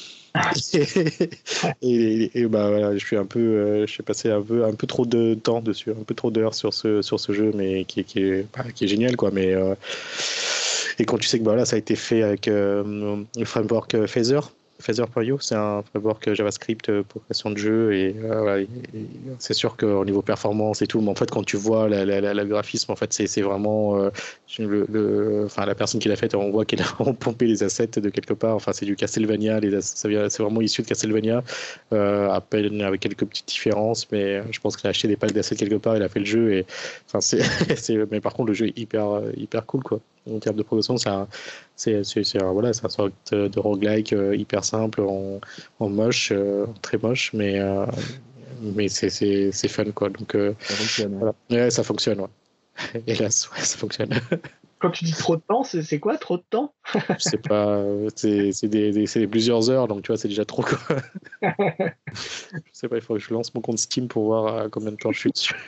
et, et, et bah voilà, je suis un peu, euh, je suis passé un peu, un peu trop de temps dessus, un peu trop d'heures sur ce, sur ce jeu, mais qui, qui est, bah, qui est génial, quoi. Mais euh, et quand tu sais que bah, voilà, ça a été fait avec euh, le framework Phaser. Phaser point io, c'est un framework JavaScript pour création de jeux et, euh, ouais, et, et c'est sûr qu'au niveau performance et tout, mais en fait quand tu vois la, la, la, la graphisme, en fait c'est, c'est vraiment euh, le, le, enfin la personne qui l'a fait, on voit qu'elle a pompé les assets de quelque part. Enfin c'est du Castlevania, les, ça vient, c'est vraiment issu de Castlevania, euh, à peine avec quelques petites différences, mais je pense qu'il a acheté des packs d'assets quelque part, il a fait le jeu et enfin c'est, c'est mais par contre le jeu est hyper hyper cool quoi. En termes de progression, c'est un, c'est, c'est, c'est un, voilà, c'est un sorte de roguelike euh, hyper simple, en, en moche, euh, très moche, mais, euh, mais c'est, c'est, c'est fun, quoi. Donc, euh, Ça fonctionne. Ouais. voilà. Ouais, ça fonctionne, ouais. Hélas, ouais, ça fonctionne. Quand tu dis trop de temps, c'est, c'est quoi trop de temps? Je sais pas, c'est, c'est, des, des, c'est plusieurs heures, donc tu vois, c'est déjà trop, quoi. Je sais pas, il faut que je lance mon compte Steam pour voir à combien de temps je suis dessus.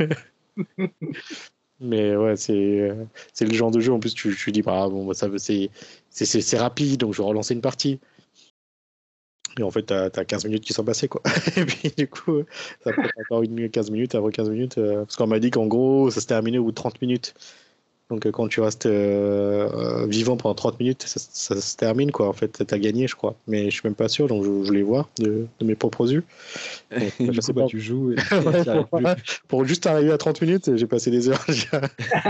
Mais ouais, c'est, c'est le genre de jeu, en plus, tu, tu dis, bah, bon, ça, c'est, c'est, c'est, c'est rapide, donc je vais relancer une partie. Et en fait, t'as, t'as quinze minutes qui sont passées, quoi. Et puis, du coup, ça prend encore une minute, quinze minutes, après quinze minutes. Euh, parce qu'on m'a dit qu'en gros, ça se terminait au bout de trente minutes. Donc, euh, quand tu restes euh, euh, vivant pendant trente minutes, ça, ça se termine, quoi. En fait, t'as gagné, je crois. Mais je suis même pas sûr, donc je, je voulais voir de, de mes propres yeux. Donc, Et je du sais coup, bah, pas. tu joues et Ouais, t'y arrives pour, plus. pour juste arriver à trente minutes, j'ai passé des heures déjà.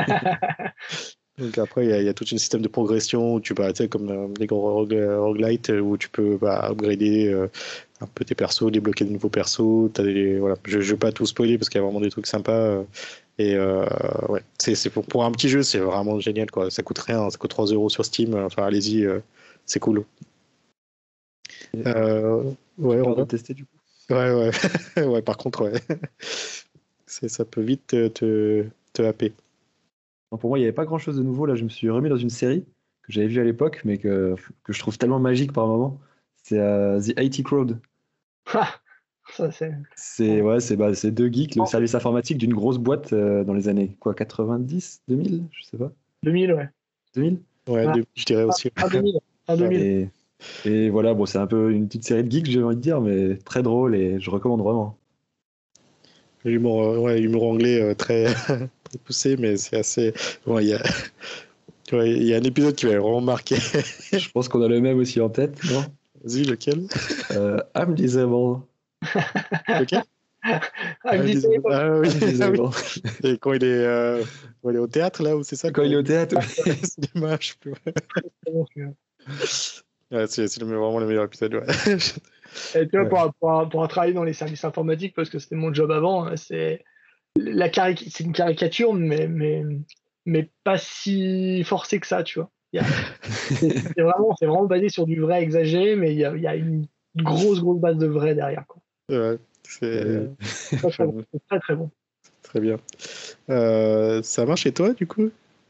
Donc après, il y, a- il y a tout un système de progression où tu peux, tu sais, comme euh, les gros rogue- roguelites, où tu peux bah, upgrader euh, un peu tes persos, débloquer de nouveaux persos. T'as des, voilà. Je ne vais pas tout spoiler parce qu'il y a vraiment des trucs sympas. euh, et euh, ouais, c'est, c'est pour, pour un petit jeu, c'est vraiment génial, quoi. Ça coûte rien, ça coûte trois euros sur Steam. Enfin, allez-y, euh, c'est cool. Et Euh, ouais, j'ai on peur de va. le tester du coup. Ouais, ouais. Ouais, par contre, ouais. C'est, ça peut vite te, te, te happer. Non, pour moi, il n'y avait pas grand chose de nouveau. Là, je me suis remis dans une série que j'avais vue à l'époque, mais que, que je trouve tellement magique par moment. C'est euh, The I T Crowd. Ah, ça, c'est... C'est ouais, c'est bah, c'est deux geeks, le service informatique d'une grosse boîte euh, dans les années quoi, quatre-vingt-dix, deux mille, je sais pas, deux mille, ouais. deux mille. Ouais, Ah, de- je dirais aussi. ah, deux mille. Ah, deux mille. Et, et voilà, bon, c'est un peu une petite série de geeks, j'ai envie de dire, mais très drôle et je recommande vraiment. L'humour, euh, ouais, humour anglais euh, très, très poussé, mais c'est assez. Bon, il y a, ouais, il y a un épisode qui m'a vraiment marqué. Je pense qu'on a le même aussi en tête, non? Vas-y, lequel? Euh, I'm Disabled. Lequel? Ah, Ah, il me je disait, dis- ah oui, I'm ah oui. Disabled. Et quand il est, euh, quand il est au théâtre, là, où c'est ça? Quand il est au théâtre, oui. C'est dommage. Je peux- c'est bon, celui-là. Ouais, c'est c'est le- vraiment le meilleur épisode. Ouais. Et tu vois, Ouais. pour, pour, pour travailler dans les services informatiques, parce que c'était mon job avant, hein, c'est, la caric- c'est une caricature, mais, mais, mais pas si forcée que ça, tu vois. Il y a- c'est, vraiment, c'est vraiment basé sur du vrai exagéré, mais il y a, il y a une grosse, grosse base de vrai derrière, quoi. Ouais, c'est euh, Très, très bon. C'est très, très bon. très bien. Euh, ça marche chez toi, du coup?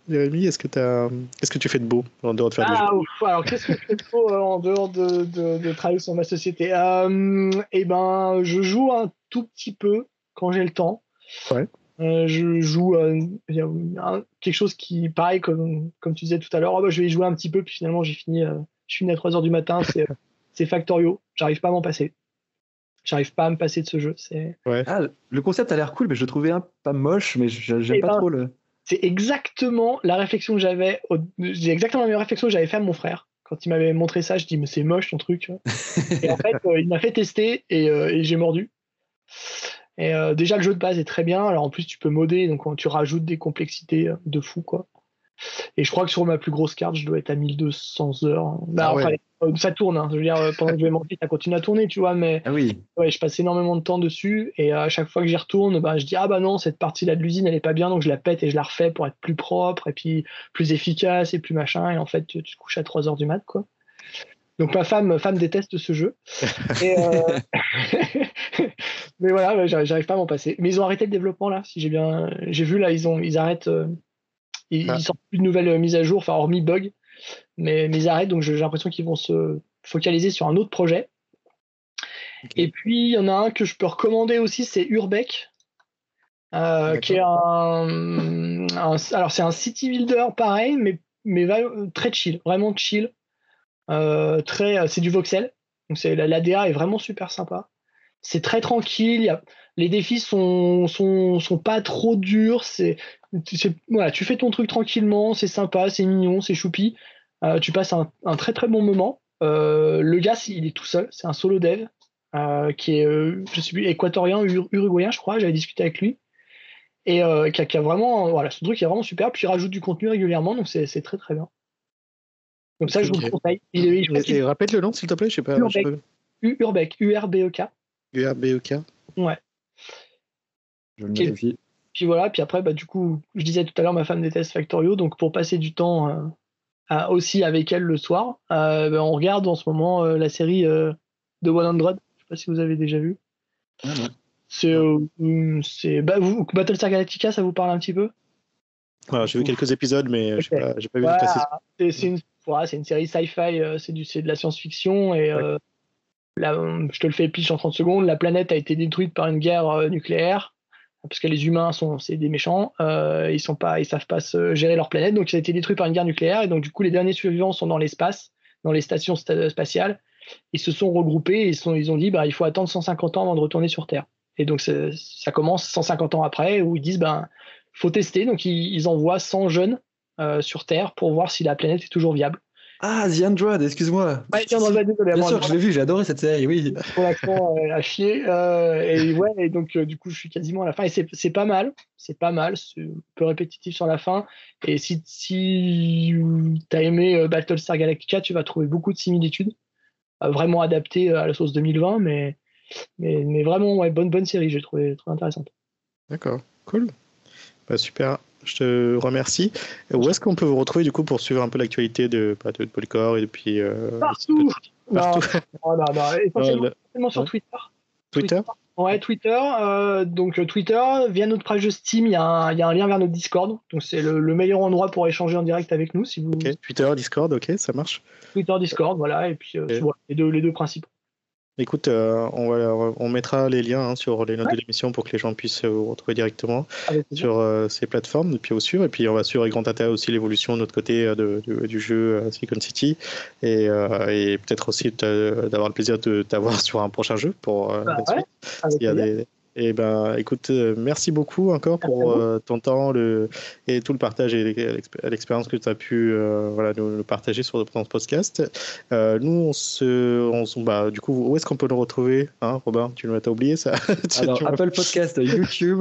Jérémy, est-ce que, t'as... qu'est-ce que tu fais de beau en dehors de faire Ah, des jeux? ouf, alors qu'est-ce que je fais de beau euh, en dehors de, de, de travailler sur ma société? euh, Eh ben, je joue un tout petit peu quand j'ai le temps. Ouais. Euh, je joue euh, il y a un- quelque chose qui, pareil, comme, comme tu disais tout à l'heure, oh, bah, je vais y jouer un petit peu, puis finalement j'ai fini, euh, je finis à trois heures du matin, c'est, c'est Factorio. J'arrive pas à m'en passer. J'arrive pas à me passer de ce jeu. C'est, Ouais. Ah, le concept a l'air cool, mais je le trouvais un, pas moche, mais je- j'aime Eh pas ben, trop le. c'est exactement la réflexion que j'avais, au- j'ai exactement la même réflexion que j'avais fait à mon frère. Quand il m'avait montré ça, je dis, mais c'est moche ton truc. Et en fait, euh, il m'a fait tester et, euh, et j'ai mordu. Et euh, déjà, le jeu de base est très bien. Alors en plus, tu peux modder, donc tu rajoutes des complexités euh, de fou, quoi. Et je crois que sur ma plus grosse carte, je dois être à mille deux cents heures. Bah, Ah enfin, ouais. euh, ça tourne, hein. Je veux dire, euh, pendant que je vais monter, ça continue à tourner, tu vois, mais Ah oui. ouais, je passe énormément de temps dessus. Et à chaque fois que j'y retourne, bah, je dis, ah bah non, cette partie-là de l'usine, elle est pas bien, donc je la pète et je la refais pour être plus propre, et puis plus efficace, et plus machin. Et en fait, tu, tu te couches à trois heures du mat, quoi. Donc ma femme, femme déteste ce jeu. Et, euh, mais voilà, ouais, j'arrive j'arrive pas à m'en passer. Mais ils ont arrêté le développement là, si j'ai bien, j'ai vu là, ils ont, ils arrêtent, euh, ils, Ah, ils sortent plus de nouvelles euh, mises à jour, enfin hormis bug, mais, mais ils arrêtent. Donc j'ai j'ai l'impression qu'ils vont se focaliser sur un autre projet. ok. Et puis il y en a un que je peux recommander aussi, c'est Urbex, euh, qui est D'accord. un, un- alors c'est un city builder pareil, mais mais va- très chill, vraiment chill. Euh, très, c'est du voxel, donc c'est l'A D A est vraiment super sympa. C'est très tranquille. Y a, les défis sont, sont, sont pas trop durs. C'est, c'est, voilà, tu fais ton truc tranquillement, c'est sympa, c'est mignon, c'est choupi. Euh, tu passes un, un très très bon moment. Euh, le gars, il est tout seul, c'est un solo dev euh, qui est, euh, je sais plus, équatorien, ur- uruguayen, je crois. J'avais discuté avec lui et euh, qui, a, qui a vraiment, voilà, ce truc est vraiment super. Puis il rajoute du contenu régulièrement, donc c'est, c'est très très bien. Donc ça, je vous Ok. le conseille. Il est, je crois Et, qu'il et est rappelle le nom, s'il te plaît, je sais pas. Je sais Urbex, pas. U- Urbex, U R B E K. U R B E K. Ouais. Je le note aussi. Puis voilà, puis après, bah, du coup, je disais tout à l'heure, ma femme déteste Factorio, donc pour passer du temps euh, à- aussi avec elle le soir, euh, bah, on regarde en ce moment euh, la série euh, de cent. Je sais pas si vous avez déjà vu. Ah non. C'est, Non. euh, hum, c'est bah, vous, Battlestar Galactica, ça vous parle un petit peu? Alors, j'ai vu quelques épisodes, mais j'ai Ok. pas, j'ai pas vu toute la saison. Voilà, c'est c'est une, voilà, c'est une série sci-fi, euh, c'est du, c'est de la science-fiction et Ouais. euh, là, hum, je te le fais pitch en trente secondes. La planète a été détruite par une guerre euh, nucléaire parce que les humains sont c'est des méchants, euh, ils sont pas, ils savent pas se gérer leur planète, donc ça a été détruit par une guerre nucléaire et donc du coup les derniers survivants sont dans l'espace, dans les stations sta- spatiales, ils se sont regroupés et ils, sont, ils ont dit bah il faut attendre cent cinquante ans avant de retourner sur Terre. Et donc c'est- ça commence cent cinquante ans après où ils disent ben faut tester, donc ils, ils envoient cent jeunes euh, sur Terre pour voir si la planète est toujours viable. Ah, The Android, excuse-moi. Ouais, Si, tiens, si. désolé, Bien bon, sûr, je l'ai vu, j'ai adoré cette série, oui. pour l'accent euh, à chier. Euh, et ouais, et donc euh, du coup, je suis quasiment à la fin. Et c'est c'est pas mal, c'est pas mal, c'est un peu répétitif sur la fin. Et si, si t'as aimé euh, Battlestar Galactica, tu vas trouver beaucoup de similitudes, euh, vraiment adaptées euh, à la sauce deux mille vingt, mais, mais, mais vraiment, ouais, bonne, bonne série, j'ai trouvé très intéressante. D'accord, cool. Bah, super, je te remercie. Et où est-ce qu'on peut vous retrouver du coup pour suivre un peu l'actualité de, bah, de Polycore et depuis euh, Partout! Non, partout non, non, non, Ouais, essentiellement, le- essentiellement sur ouais. Twitter. Twitter? Ouais, Twitter. Euh, donc euh, Twitter, via notre page de Steam, il y, a un- il y a un lien vers notre Discord. Donc c'est le, le meilleur endroit pour échanger en direct avec nous. Si vous Ok, Twitter, Discord, ok, ça marche. Twitter, Discord, voilà. Et puis euh, Ok. voilà, les deux, les deux principaux. Écoute, euh, on, va, on mettra les liens hein, sur les notes Ouais, de l'émission pour que les gens puissent euh, vous retrouver directement avec plaisir. sur euh, ces plateformes, et puis au suivre. Et puis on va suivre avec grand intérêt aussi l'évolution de notre côté euh, de, de- du jeu euh, Silicon City, et, euh, et peut-être aussi de- d'avoir le plaisir de t'avoir sur un prochain jeu pour euh, Bah la ouais, suite. avec Il y a plaisir. des... Et ben, écoute, euh, merci beaucoup encore Merci à pour vous. euh, ton temps le, et tout le partage et l'exp- l'expérience que tu as pu euh, voilà, nous, nous partager sur dans ce podcast. Euh, nous, on se, on, se- bah, du coup, où est-ce qu'on peut nous retrouver, hein, Robin? Tu m'as oublié ça? Tu- Alors, tu m'as- Apple Podcast, YouTube,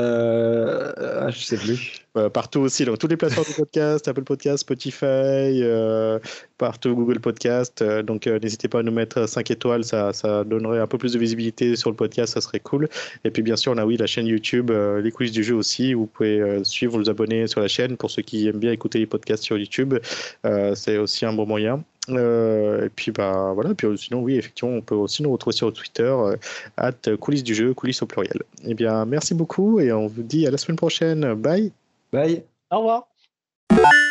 euh... ah, je sais plus. Euh, partout aussi, donc toutes les plateformes de podcast, Apple Podcast, Spotify, euh, partout Google Podcast. Euh, donc euh, n'hésitez pas à nous mettre cinq étoiles, ça, ça donnerait un peu plus de visibilité sur le podcast, ça serait cool. Et puis bien sûr, on a oui la chaîne YouTube, euh, les coulisses du jeu aussi. Vous pouvez euh, suivre, vous abonner sur la chaîne pour ceux qui aiment bien écouter les podcasts sur YouTube. Euh, c'est aussi un bon moyen. Euh, et puis bah voilà, puis sinon oui effectivement on peut aussi nous retrouver sur Twitter euh, at coulisses du jeu, coulisses au pluriel. Eh bien merci beaucoup et on vous dit à la semaine prochaine. Bye. Bye. Au revoir. Bye.